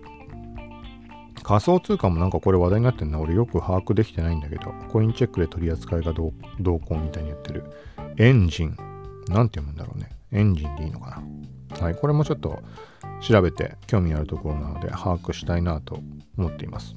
仮想通貨もなんかこれ話題になってるな。俺よく把握できてないんだけど、コインチェックで取り扱いが同行みたいに言ってるエンジン、なんて読むんだろうね。エンジンでいいのかな。はい、これもちょっと調べて興味あるところなので把握したいなと思っています。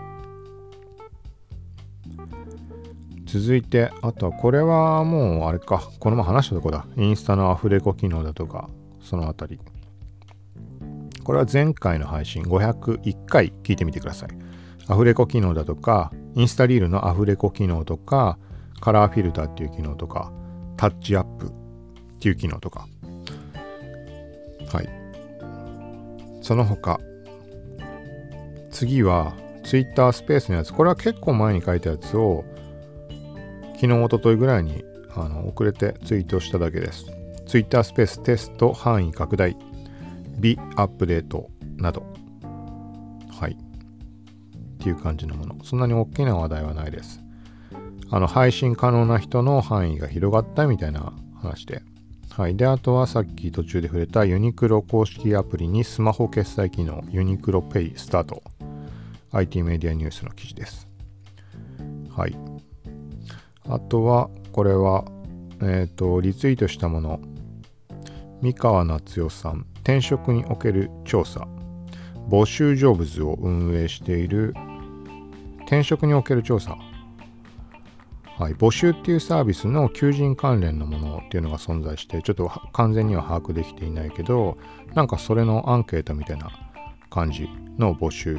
続いて、あとはこれはもうあれか、この前話したとこだ。インスタのアフレコ機能だとかそのあたり、これは前回の配信ごひゃくいっかい聞いてみてください。アフレコ機能だとか、インスタリールのアフレコ機能とか、カラーフィルターっていう機能とか、タッチアップっていう機能とか。はい。その他、次は Twitter スペースのやつ。これは結構前に書いたやつを、昨日、一昨日ぐらいにあの遅れてツイートしただけです。Twitter スペーステスト範囲拡大。美アップデートなど、はいっていう感じのもの。そんなに大きな話題はないです。あの配信可能な人の範囲が広がったみたいな話で、はい。で、あとはさっき途中で触れたユニクロ公式アプリにスマホ決済機能ユニクロペイスタート、 アイティー メディアニュースの記事です。はい。あとはこれはえっとリツイートしたもの、三川夏代さん、転職における調査、募集ジョブズを運営している転職における調査、はい、募集っていうサービスの求人関連のものっていうのが存在して、ちょっと完全には把握できていないけど、なんかそれのアンケートみたいな感じの募集、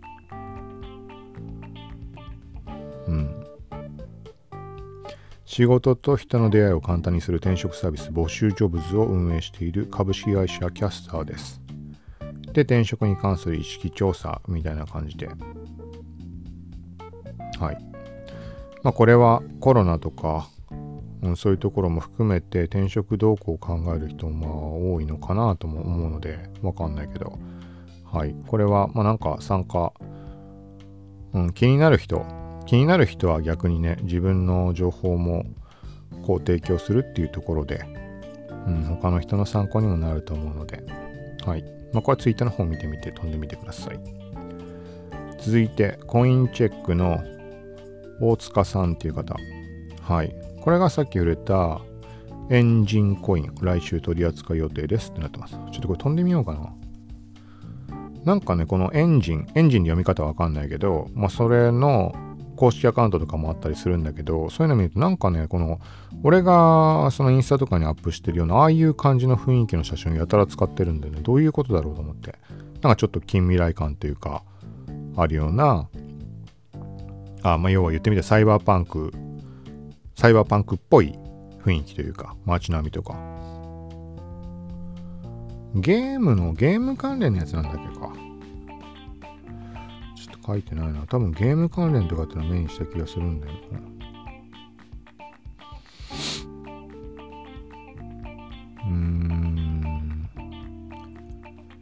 うん、仕事と人の出会いを簡単にする転職サービス募集ジョブズを運営している株式会社キャスターです。で、転職に関する意識調査みたいな感じで、はい。まあこれはコロナとか、うん、そういうところも含めて転職動向を考える人もまあ多いのかなとも思うのでわかんないけど、はい。これはまあなんか参加、うん、気になる人、気になる人は逆にね、自分の情報もこう提供するっていうところで、うん、他の人の参考にもなると思うので、はい。まあ、これはツイッターの方を見てみて飛んでみてください。続いて、コインチェックの大塚さんっていう方。はい。これがさっき触れたエンジンコイン、来週取り扱い予定ですってなってます。ちょっとこれ飛んでみようかな。なんかね、このエンジン、エンジンで読み方わかんないけど、まあ、それの公式アカウントとかもあったりするんだけど、そういうの見るとなんかね、この俺がそのインスタとかにアップしてるようなああいう感じの雰囲気の写真をやたら使ってるんでね、どういうことだろうと思って、なんかちょっと近未来感というかあるような、あ、まあ要は言ってみてサイバーパンクサイバーパンクっぽい雰囲気というか、街並みとか、ゲームのゲーム関連のやつなんだっけか、ちょっと書いてないな。多分ゲーム関連とかってのを目にした気がするんだよな。うーん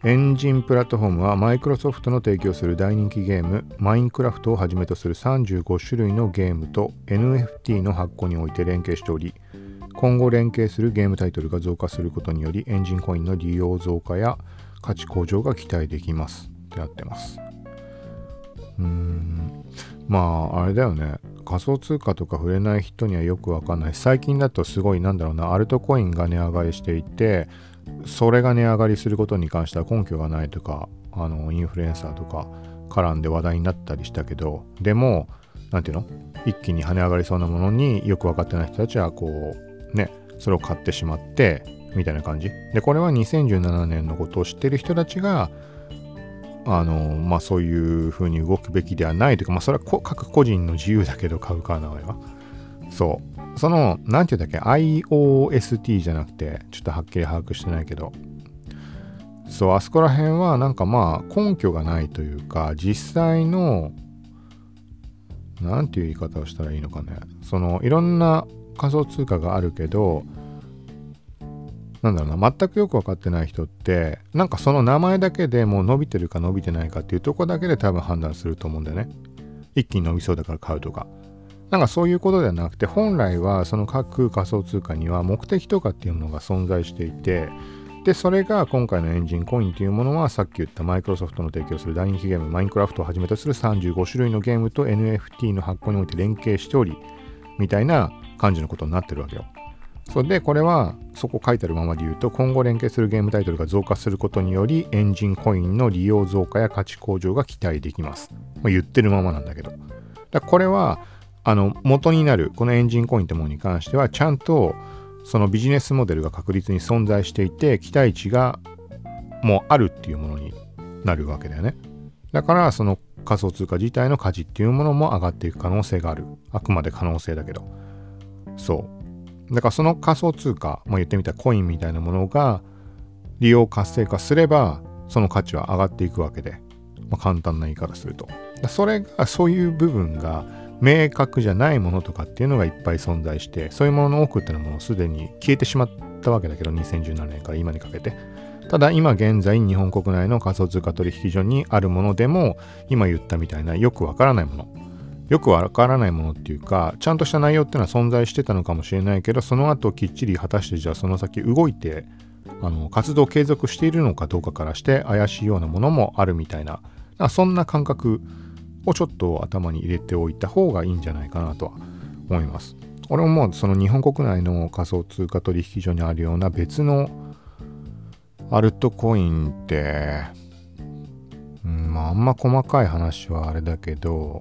エンジンプラットフォームはマイクロソフトの提供する大人気ゲームマインクラフトをはじめとするさんじゅうごしゅるいのゲームと エヌエフティー の発行において連携しており、今後連携するゲームタイトルが増加することによりエンジンコインの利用増加や価値向上が期待できますってなってます。うーんまああれだよね、仮想通貨とか触れない人にはよくわかんない。最近だとすごいなんだろうな、アルトコインが値上がりしていて、それが値上がりすることに関しては根拠がないとか、あのインフルエンサーとか絡んで話題になったりしたけど、でもなんていうの、一気に跳ね上がりそうなものによく分かってない人たちはこうね、それを買ってしまってみたいな感じで、これはにせんじゅうななねんのことを知ってる人たちがあのまあそういう風に動くべきではないというか、まあそれは各個人の自由だけど、買うかなはそうそのなんていうんだっけ アイオーエスティー じゃなくて、ちょっとはっきり把握してないけど、そうあそこら辺はなんかまあ根拠がないというか、実際のなんていう言い方をしたらいいのかね、そのいろんな仮想通貨があるけど、なんだろうな、全くよく分かってない人ってなんかその名前だけでもう伸びてるか伸びてないかっていうところだけで多分判断すると思うんだよね。一気に伸びそうだから買うとか、なんかそういうことではなくて、本来はその各仮想通貨には目的とかっていうものが存在していて、でそれが今回のエンジンコインというものはさっき言ったマイクロソフトの提供する大人気ゲームマインクラフトをはじめとするさんじゅうごしゅるいのゲームと エヌエフティー の発行において連携しておりみたいな感じのことになってるわけよ。それでこれはそこ書いてあるままで言うと、今後連携するゲームタイトルが増加することによりエンジンコインの利用増加や価値向上が期待できます、まあ、言ってるままなんだけど、だこれはあの元になるこのエンジンコインってものに関してはちゃんとそのビジネスモデルが確実に存在していて、期待値がもうあるっていうものになるわけだよね。だからその仮想通貨自体の価値っていうものも上がっていく可能性がある。あくまで可能性だけど、そうだからその仮想通貨、まあ、言ってみたらコインみたいなものが利用活性化すればその価値は上がっていくわけで、まあ、簡単な言い方すると、それがそういう部分が明確じゃないものとかっていうのがいっぱい存在して、そういうものの多くっていうのはもうすでに消えてしまったわけだけど、にせんじゅうななねんから今にかけて。ただ今現在日本国内の仮想通貨取引所にあるものでも、今言ったみたいなよくわからないものよくわからないものっていうか、ちゃんとした内容っていうのは存在してたのかもしれないけど、その後きっちり果たしてじゃあその先動いてあの活動を継続しているのかどうかからして怪しいようなものもあるみたいな、そんな感覚をちょっと頭に入れておいた方がいいんじゃないかなとは思います。俺ももうその日本国内の仮想通貨取引所にあるような別のアルトコインって、うん、まああんま細かい話はあれだけど、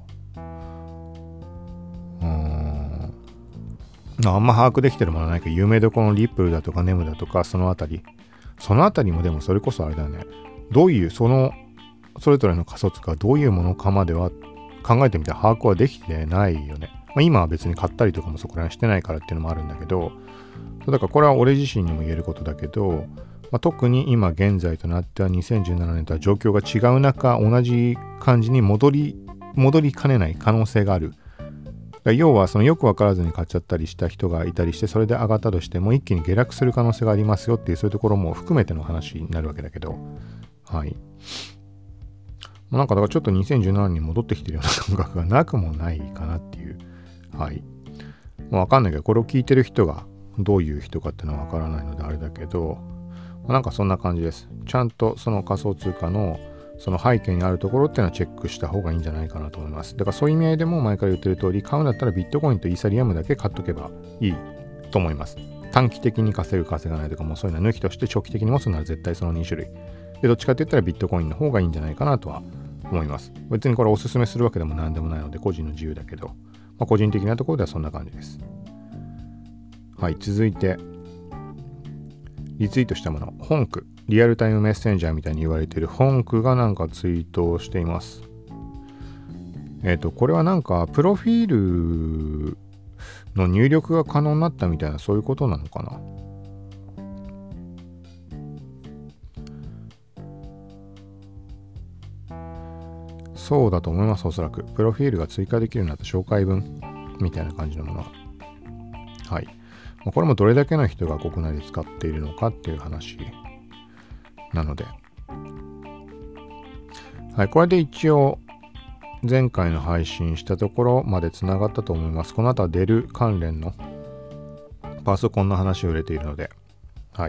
うーんあんま把握できてるものはないけど、有名どころのリップルだとかネムだとかそのあたりそのあたりもでもそれこそあれだよね、どういうそのそれぞれの仮想通貨がどういうものかまでは考えてみたら把握はできてないよね。まあ、今は別に買ったりとかもそこら辺してないからっていうのもあるんだけど、だからこれは俺自身にも言えることだけど、まあ、特に今現在となってはにせんじゅうななねんとは状況が違う中、同じ感じに戻り戻りかねない可能性がある。要はそのよく分からずに買っちゃったりした人がいたりして、それで上がったとしても一気に下落する可能性がありますよっていう、そういうところも含めての話になるわけだけど、はい。なんかだからちょっとにせんじゅうななねんに戻ってきてるような感覚がなくもないかなっていう。はい。まあ、わかんないけど、これを聞いてる人がどういう人かっていうのはわからないのであれだけど、まあ、なんかそんな感じです。ちゃんとその仮想通貨のその背景にあるところっていうのはチェックした方がいいんじゃないかなと思います。だからそういう意味合いでも前から言ってる通り、買うんだったらビットコインとイーサリアムだけ買っとけばいいと思います。短期的に稼ぐ稼がないとかもそういうのは抜きとして長期的に持つなら絶対そのに種類。で、どっちかって言ったらビットコインの方がいいんじゃないかなとは思います。別にこれおすすめするわけでも何でもないので個人の自由だけど、まあ、個人的なところではそんな感じです。はい、続いてリツイートしたもの、本句、リアルタイムメッセンジャーみたいに言われている本句がなんかツイートをしています。えっとこれはなんかプロフィールの入力が可能になったみたいな、そういうことなのかな。そうだと思います。おそらくプロフィールが追加できるようになった紹介文みたいな感じのもの。はい。これもどれだけの人が国内で使っているのかっていう話なので、 はい、これで一応前回の配信したところまでつながったと思います。この後はデル関連のパソコンの話を入れているので、はい。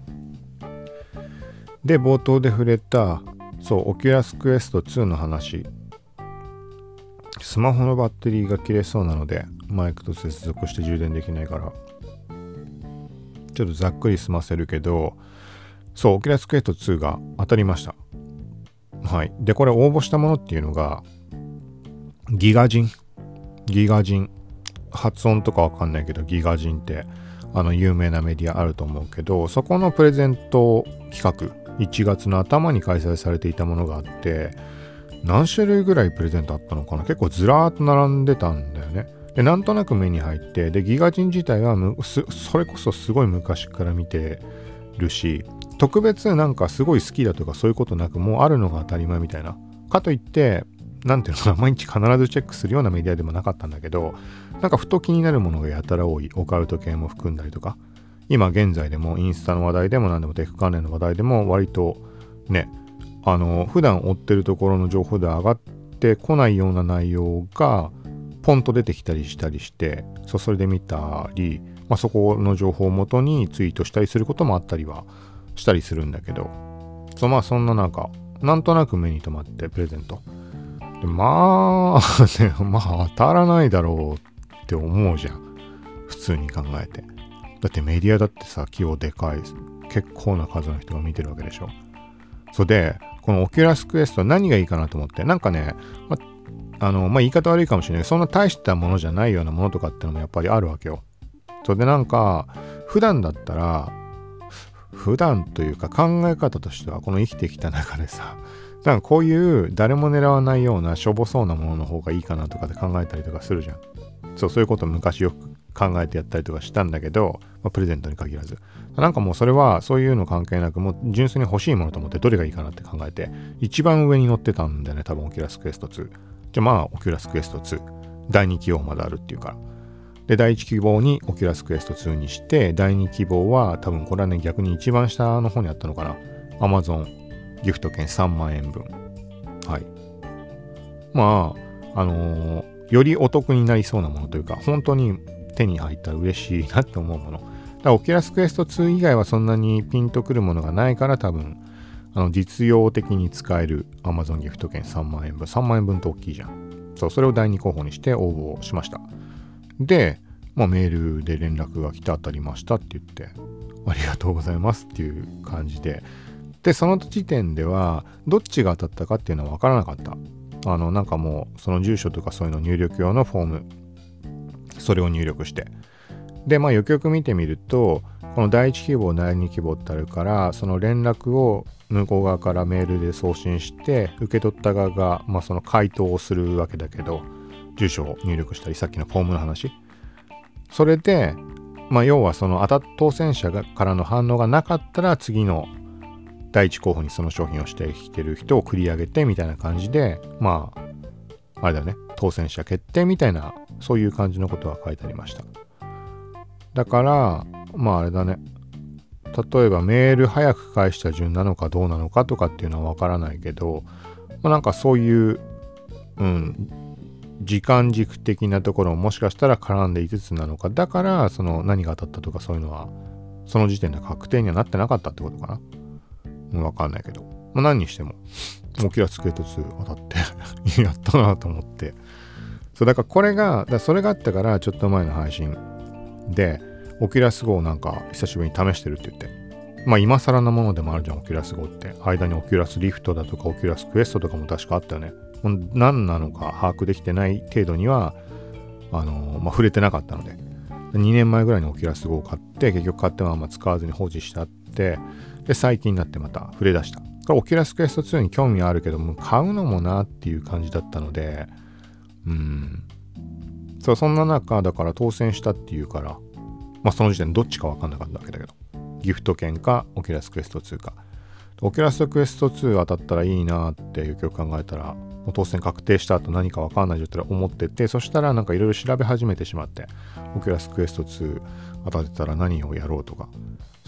で、冒頭で触れた、そう、オキュラスクエストツーの話。スマホのバッテリーが切れそうなので、マイクと接続して充電できないから、ちょっとざっくり済ませるけど、そう、オキュラスクエストツーが当たりました。はい。で、これ応募したものっていうのが、ギガジン。ギガジン。発音とかわかんないけど、ギガジンって、あの、有名なメディアあると思うけど、そこのプレゼント企画、いちがつの頭に開催されていたものがあって、何種類ぐらいプレゼントあったのかな、結構ずらーっと並んでたんだよね。で、なんとなく目に入って、で、ギガジン自体はむす、それこそすごい昔から見てるし、特別なんかすごい好きだとかそういうことなく、もうあるのが当たり前みたいな。かといって、なんていうのかな、毎日必ずチェックするようなメディアでもなかったんだけど、なんかふと気になるものがやたら多い、オカルト系も含んだりとか、今現在でもインスタの話題でも何でもテック関連の話題でも割とね、あの普段追ってるところの情報で上がってこないような内容がポンと出てきたりしたりして、そうそれで見たり、まあ、そこの情報をもとにツイートしたりすることもあったりはしたりするんだけど、そうまあそんな中なんとなく目に留まってプレゼントで、まあね、まあ当たらないだろうって思うじゃん、普通に考えて。だってメディアだってさ、規模でかい、結構な数の人が見てるわけでしょ。それで、このオキュラスクエスト何がいいかなと思って、なんかね、ま、あの、まあ、言い方悪いかもしれないけど、そんな大したものじゃないようなものとかってのもやっぱりあるわけよ。それでなんか、普段だったら、普段というか考え方としては、この生きてきた中でさ、なんかこういう誰も狙わないようなしょぼそうなものの方がいいかなとかで考えたりとかするじゃん。そう、そういうこと昔よく考えてやったりとかしたんだけど、まあ、プレゼントに限らず。なんかもうそれはそういうの関係なく、もう純粋に欲しいものと思ってどれがいいかなって考えて、一番上に乗ってたんだよね、多分オキュラスクエストツー。じゃあまあ、オキュラスクエストツー。だいに希望まであるっていうから。で、だいいち希望にオキュラスクエストツーにして、だいに希望は多分これはね、逆に一番下の方にあったのかな。Amazon ギフト券さんまんえんぶん。はい。まあ、あのー、よりお得になりそうなものというか、本当に手に入ったら嬉しいなって思うもの。だからオキュラスクエストツー以外はそんなにピンとくるものがないから多分、あの実用的に使える Amazon ギフト券さんまんえんぶん。さんまんえんぶんって大きいじゃん。そう、それをだいに候補にして応募をしました。で、まあ、メールで連絡が来て当たりましたって言って、ありがとうございますっていう感じで。で、その時点では、どっちが当たったかっていうのは分からなかった。あの、なんかもう、その住所とかそういうの入力用のフォーム、それを入力して。で、まあ、よくよく見てみると、このだいいち希望、だいに希望ってあるから、その連絡を向こう側からメールで送信して、受け取った側が、まあ、その回答をするわけだけど、住所を入力したり、さっきのフォームの話。それで、まあ、要はその当た当選者がからの反応がなかったら、次のだいいち候補にその商品をしてきてる人を繰り上げてみたいな感じで、まあ、あれだね、当選者決定みたいな、そういう感じのことが書いてありました。だから、まああれだね、例えばメール早く返した順なのかどうなのかとかっていうのはわからないけど、まあ、なんかそういう、うん、時間軸的なところももしかしたら絡んでいつつなのか、だからその何が当たったとかそういうのはその時点で確定にはなってなかったってことかな。うん、わかんないけど、まあ、何にしてもオキュラスクエストツー当たってやったなと思って、そうだからこれがだそれがあったからちょっと前の配信でオキュラスゴーなんか久しぶりに試してるって言って、まあ今更なものでもあるじゃんオキュラスゴーって。間にオキュラスリフトだとかオキュラスクエストとかも確かあったよね。何なのか把握できてない程度にはあのー、まあ触れてなかったので、にねんまえぐらいにオキュラスゴーを買って結局買ってはあんま使わずに放置してあって、で最近になってまた触れ出した。オキュラスクエストツーに興味はあるけども買うのもなっていう感じだったので、うんそうそんな中だから当選したっていうから、まあその時点どっちか分かんなかったわけだけど、ギフト券かオキュラスクエストツーか。オキュラスクエストツー当たったらいいなってよくよく考えたら、もう当選確定した後何か分かんない状態で思ってて、そしたらなんかいろいろ調べ始めてしまって、オキュラスクエストツー当たってたら何をやろうとか、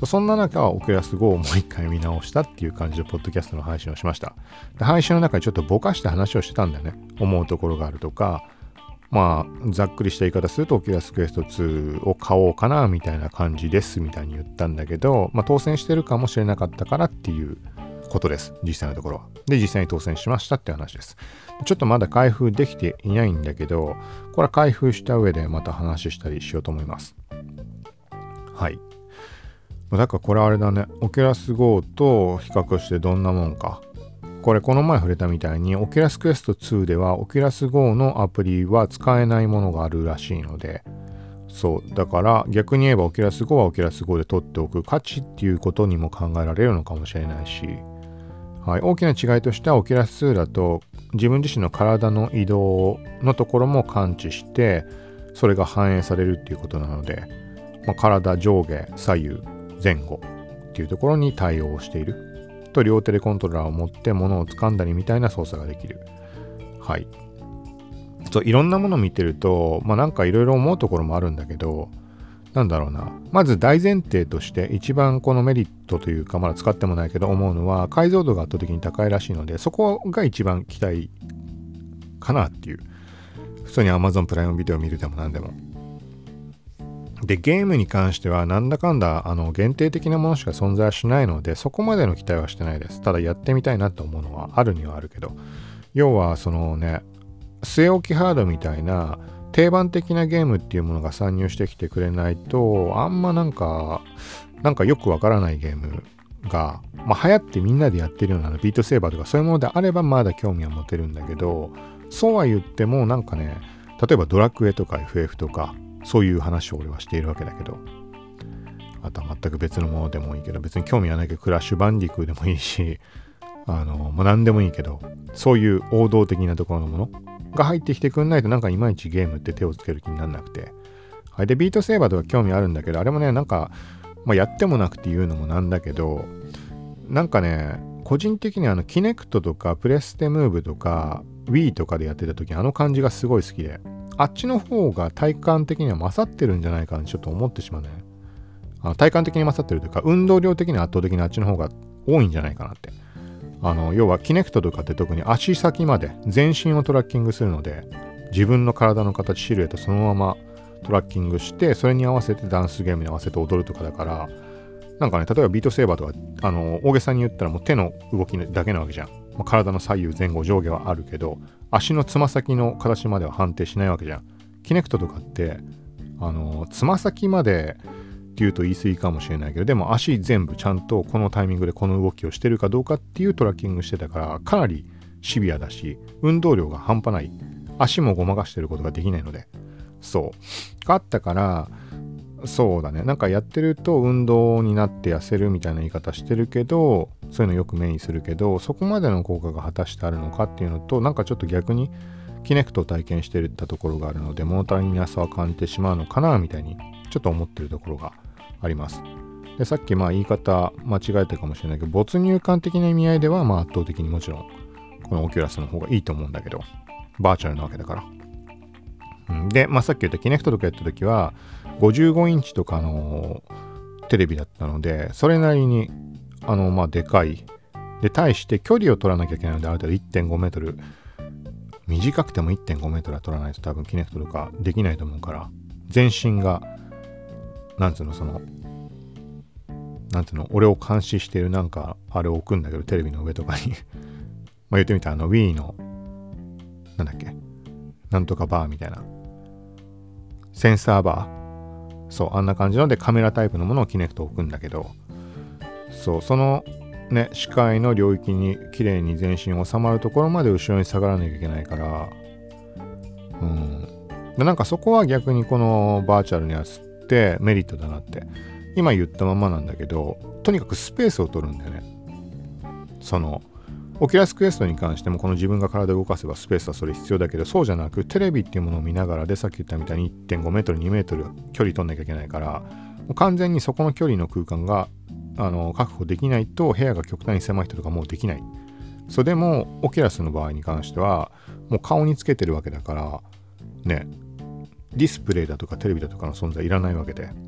そんな中、オキュラスゴーをもう一回見直したっていう感じで、ポッドキャストの配信をしました。で配信の中でちょっとぼかした話をしてたんだよね。思うところがあるとか、まあ、ざっくりした言い方すると、オキュラスクエストツーを買おうかな、みたいな感じです、みたいに言ったんだけど、まあ、当選してるかもしれなかったからっていうことです。実際のところは。で、実際に当選しましたって話です。ちょっとまだ開封できていないんだけど、これは開封した上でまた話したりしようと思います。はい。だからこれあれだね。オキュラスゴーと比較してどんなもんか。これこの前触れたみたいに、オキュラスクエストツーではオキュラスゴーのアプリは使えないものがあるらしいので、そう。だから逆に言えばオキュラスゴーはオキュラスゴーで取っておく価値っていうことにも考えられるのかもしれないし、はい、大きな違いとしてはオキュラスツーだと自分自身の体の移動のところも感知してそれが反映されるっていうことなので、まあ、体上下左右前後っていうところに対応していると、両手でコントローラーを持って物を掴んだりみたいな操作ができる。はい。といろんなものを見てると、まあなんかいろいろ思うところもあるんだけど、なんだろうな。まず大前提として一番このメリットというか、まだ使ってもないけど思うのは、解像度が圧倒的に高いらしいので、そこが一番期待かなっていう。普通に Amazon プライムビデオ見るでも何でも。で、ゲームに関してはなんだかんだあの限定的なものしか存在しないので、そこまでの期待はしてないです。ただやってみたいなと思うのはあるにはあるけど、要はそのね、据え置きハードみたいな定番的なゲームっていうものが参入してきてくれないと、あんまなんかなんかよくわからないゲームが、まあ、流行ってみんなでやってるようなビートセーバーとかそういうものであればまだ興味は持てるんだけど、そうは言ってもなんかね、例えばドラクエとか エフエフ とかそういう話を俺はしているわけだけど、あとは全く別のものでもいいけど、別に興味はないけどクラッシュバンディクーでもいいし、あのもう何でもいいけど、そういう王道的なところのものが入ってきてくんないとなんかいまいちゲームって手をつける気にならなくて、はい。でビートセーバーとか興味あるんだけど、あれもねなんか、まあ、やってもなくて言うのもなんだけど、なんかね個人的にあのキネクトとかプレステムーブとか Wii とかでやってた時、あの感じがすごい好きで、あっちの方が体感的には勝ってるんじゃないかなちょっと思ってしまうね。あの体感的に勝ってるというか、運動量的に圧倒的にあっちの方が多いんじゃないかなって。あの要はキネクトとかって特に足先まで全身をトラッキングするので、自分の体の形シルエットそのままトラッキングして、それに合わせてダンスゲームに合わせて踊るとかだから、なんかね、例えばビートセーバーとかあの大げさに言ったらもう手の動きだけなわけじゃん。まあ、体の左右前後上下はあるけど、足のつま先の形までは判定しないわけじゃん。キネクトとかってあのつま先までっていうと言い過ぎかもしれないけど、でも足全部ちゃんとこのタイミングでこの動きをしてるかどうかっていうトラッキングしてたから、かなりシビアだし、運動量が半端ない、足もごまかしてることができないので、そうがあったから、そうだね、なんかやってると運動になって痩せるみたいな言い方してるけど、そういうのよく目にするけど、そこまでの効果が果たしてあるのかっていうのと、なんかちょっと逆にキネクトを体験してたところがあるので、物足りなさは感じてしまうのかなみたいにちょっと思ってるところがあります。で、さっきまあ言い方間違えたかもしれないけど、没入感的な意味合いではまあ圧倒的にもちろんこのオキュラスの方がいいと思うんだけど、バーチャルなわけだから。うん、で、まあさっき言ったキネクトとかやった時はごじゅうごインチとかのテレビだったので、それなりにあのまあでかい。で、対して距離を取らなきゃいけないので、ある程度 いってんごメートル、短くても いってんごメートルは取らないと多分キネクトとかできないと思うから、全身がなんつうの、そのなんつうの、俺を監視してるなんかあれを置くんだけど、テレビの上とかにまあ言ってみたらあの Wii のなんだっけ、なんとかバーみたいなセンサーバー、そうあんな感じのでカメラタイプのものをキネクト置くんだけど、そうそのね視界の領域に綺麗に全身収まるところまで後ろに下がらなきゃいけないから、うんでなんかそこは逆にこのバーチャルのやつってメリットだなって今言ったままなんだけど、とにかくスペースを取るんだよね。そのオキュラスクエストに関してもこの自分が体を動かせばスペースはそれ必要だけど、そうじゃなくテレビっていうものを見ながらで、さっき言ったみたいに いってんごメートル にメートル距離取んなきゃいけないから、もう完全にそこの距離の空間があの確保できないと部屋が極端に狭い人とかもうできない。それでもオキュラスの場合に関してはもう顔につけてるわけだからね、ディスプレイだとかテレビだとかの存在いらないわけで、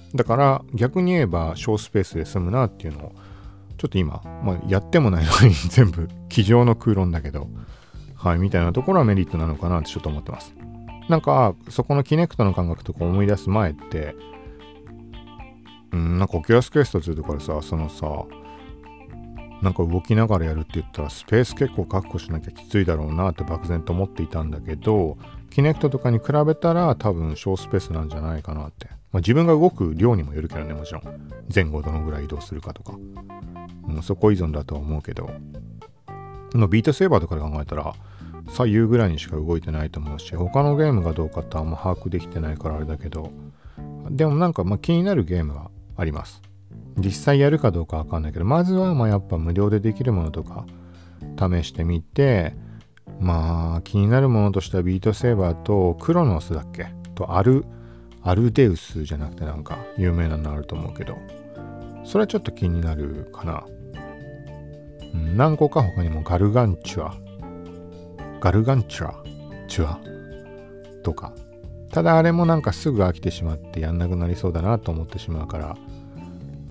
だから逆に言えば小スペースで済むなっていうのをちょっと今、まあ、やってもないのに全部机上の空論だけど、はいみたいなところはメリットなのかなってちょっと思ってます。なんかそこのキネクトの感覚とか思い出す前って、うん、なんかオキュラスクエストツーとかでさ、そのさなんか動きながらやるって言ったらスペース結構確保しなきゃきついだろうなって漠然と思っていたんだけど、キネクトとかに比べたら多分小スペースなんじゃないかなって。まあ、自分が動く量にもよるけどね、もちろん前後どのぐらい移動するかとか、うん、そこ依存だとは思うけど、ビートセーバーとかで考えたら左右ぐらいにしか動いてないと思うし、他のゲームがどうかってあんま把握できてないからあれだけど、でもなんかまあ気になるゲームはあります。実際やるかどうかわかんないけど、まずはまあやっぱ無料でできるものとか試してみて、まあ気になるものとしてはビートセーバーとクロノスだっけとアルアルデウスじゃなくてなんか有名なのあると思うけど、それはちょっと気になるかな。うん、何個か他にもガルガンチュアガルガンチュアチュアとか、ただあれもなんかすぐ飽きてしまってやんなくなりそうだなと思ってしまうから、うん、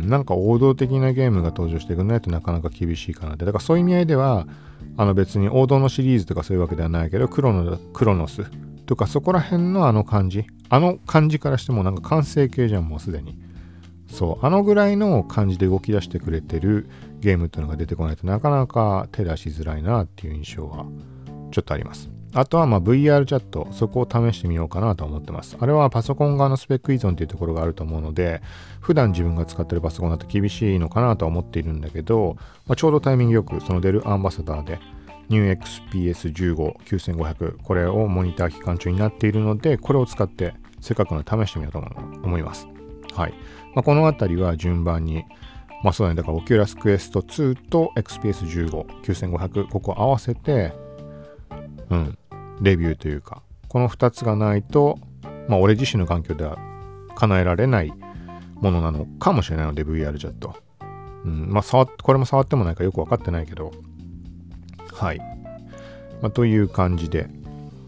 なんか王道的なゲームが登場してくんないとなかなか厳しいかなって。だからそういう意味合いではあの別に王道のシリーズとかそういうわけではないけど、クロノクロノスとかそこら辺のあの感じあの感じからしてもなんか完成形じゃん、もうすでに。そうあのぐらいの感じで動き出してくれてるゲームっていうのが出てこないとなかなか手出しづらいなっていう印象はちょっとあります。あとはまあ ブイアール チャット、そこを試してみようかなと思ってます。あれはパソコン側のスペック依存っていうところがあると思うので、普段自分が使ってるパソコンだと厳しいのかなとは思っているんだけど、まあ、ちょうどタイミングよくそのデルアンバサダーで ニューエックスピーエスじゅうごきゅうせんごひゃく これをモニター期間中になっているので、これを使ってせっかくので試してみようと思います。はい。まあ、このあたりは順番に、まあそうだね、だからオキュラスクエストツーと エックスピーエスじゅうごきゅうせんごひゃく ここ合わせて、うん、レビューというか、このふたつがないと、まあ俺自身の環境では叶えられないものなのかもしれないので ブイアール チャット。うん、まあ触っこれも触ってもないからよくわかってないけど、はい。まあ、という感じで、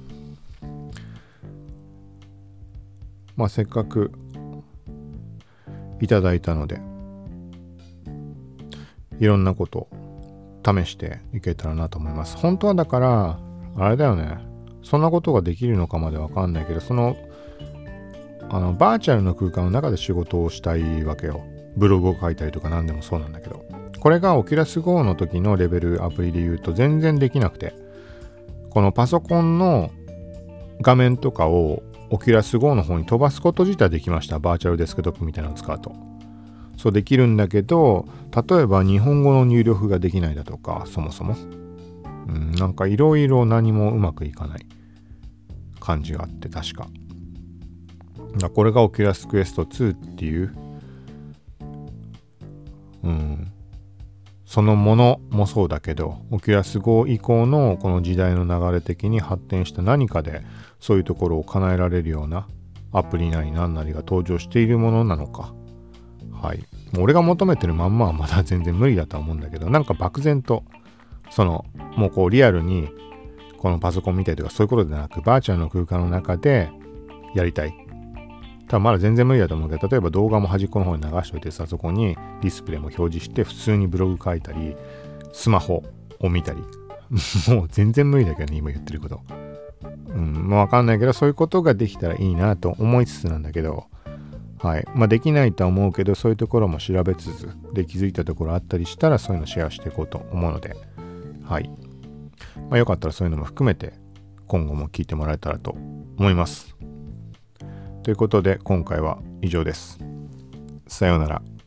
まあせっかくいただいたので、いろんなことを試していけたらなと思います。本当はだから、あれだよね。そんなことができるのかまでわかんないけど、その、あの、バーチャルの空間の中で仕事をしたいわけよ。ブログを書いたりとか何でもそうなんだけど。これが オキュラスゴー の時のレベルアプリで言うと全然できなくて、このパソコンの画面とかを オキュラスゴー の方に飛ばすこと自体できました。バーチャルデスクトップみたいなのを使うと。そうできるんだけど、例えば日本語の入力ができないだとか、そもそも。うん、なんかいろいろ何もうまくいかない感じがあって、確か。だこれが オキュラスクエストツーっていう、うん、そのものもそうだけど、オキュラスゴー以降のこの時代の流れ的に発展した何かで、そういうところを叶えられるようなアプリなり何なりが登場しているものなのか。はい。もう俺が求めてるまんまはまだ全然無理だとは思うんだけど、なんか漠然と、その、もうこうリアルに、このパソコン見たりとかそういうことではなく、バーチャルの空間の中でやりたい。多分まだ全然無理だと思うけど、例えば動画も端っこの方に流しといてさ、そこにディスプレイも表示して、普通にブログ書いたり、スマホを見たり。もう全然無理だけどね、今言ってること。うん、もうわかんないけど、そういうことができたらいいなと思いつつなんだけど、はい。まあできないとは思うけど、そういうところも調べつつ、で気づいたところあったりしたら、そういうのシェアしていこうと思うので、はい。まあよかったらそういうのも含めて、今後も聞いてもらえたらと思います。ということで、今回は以上です。さようなら。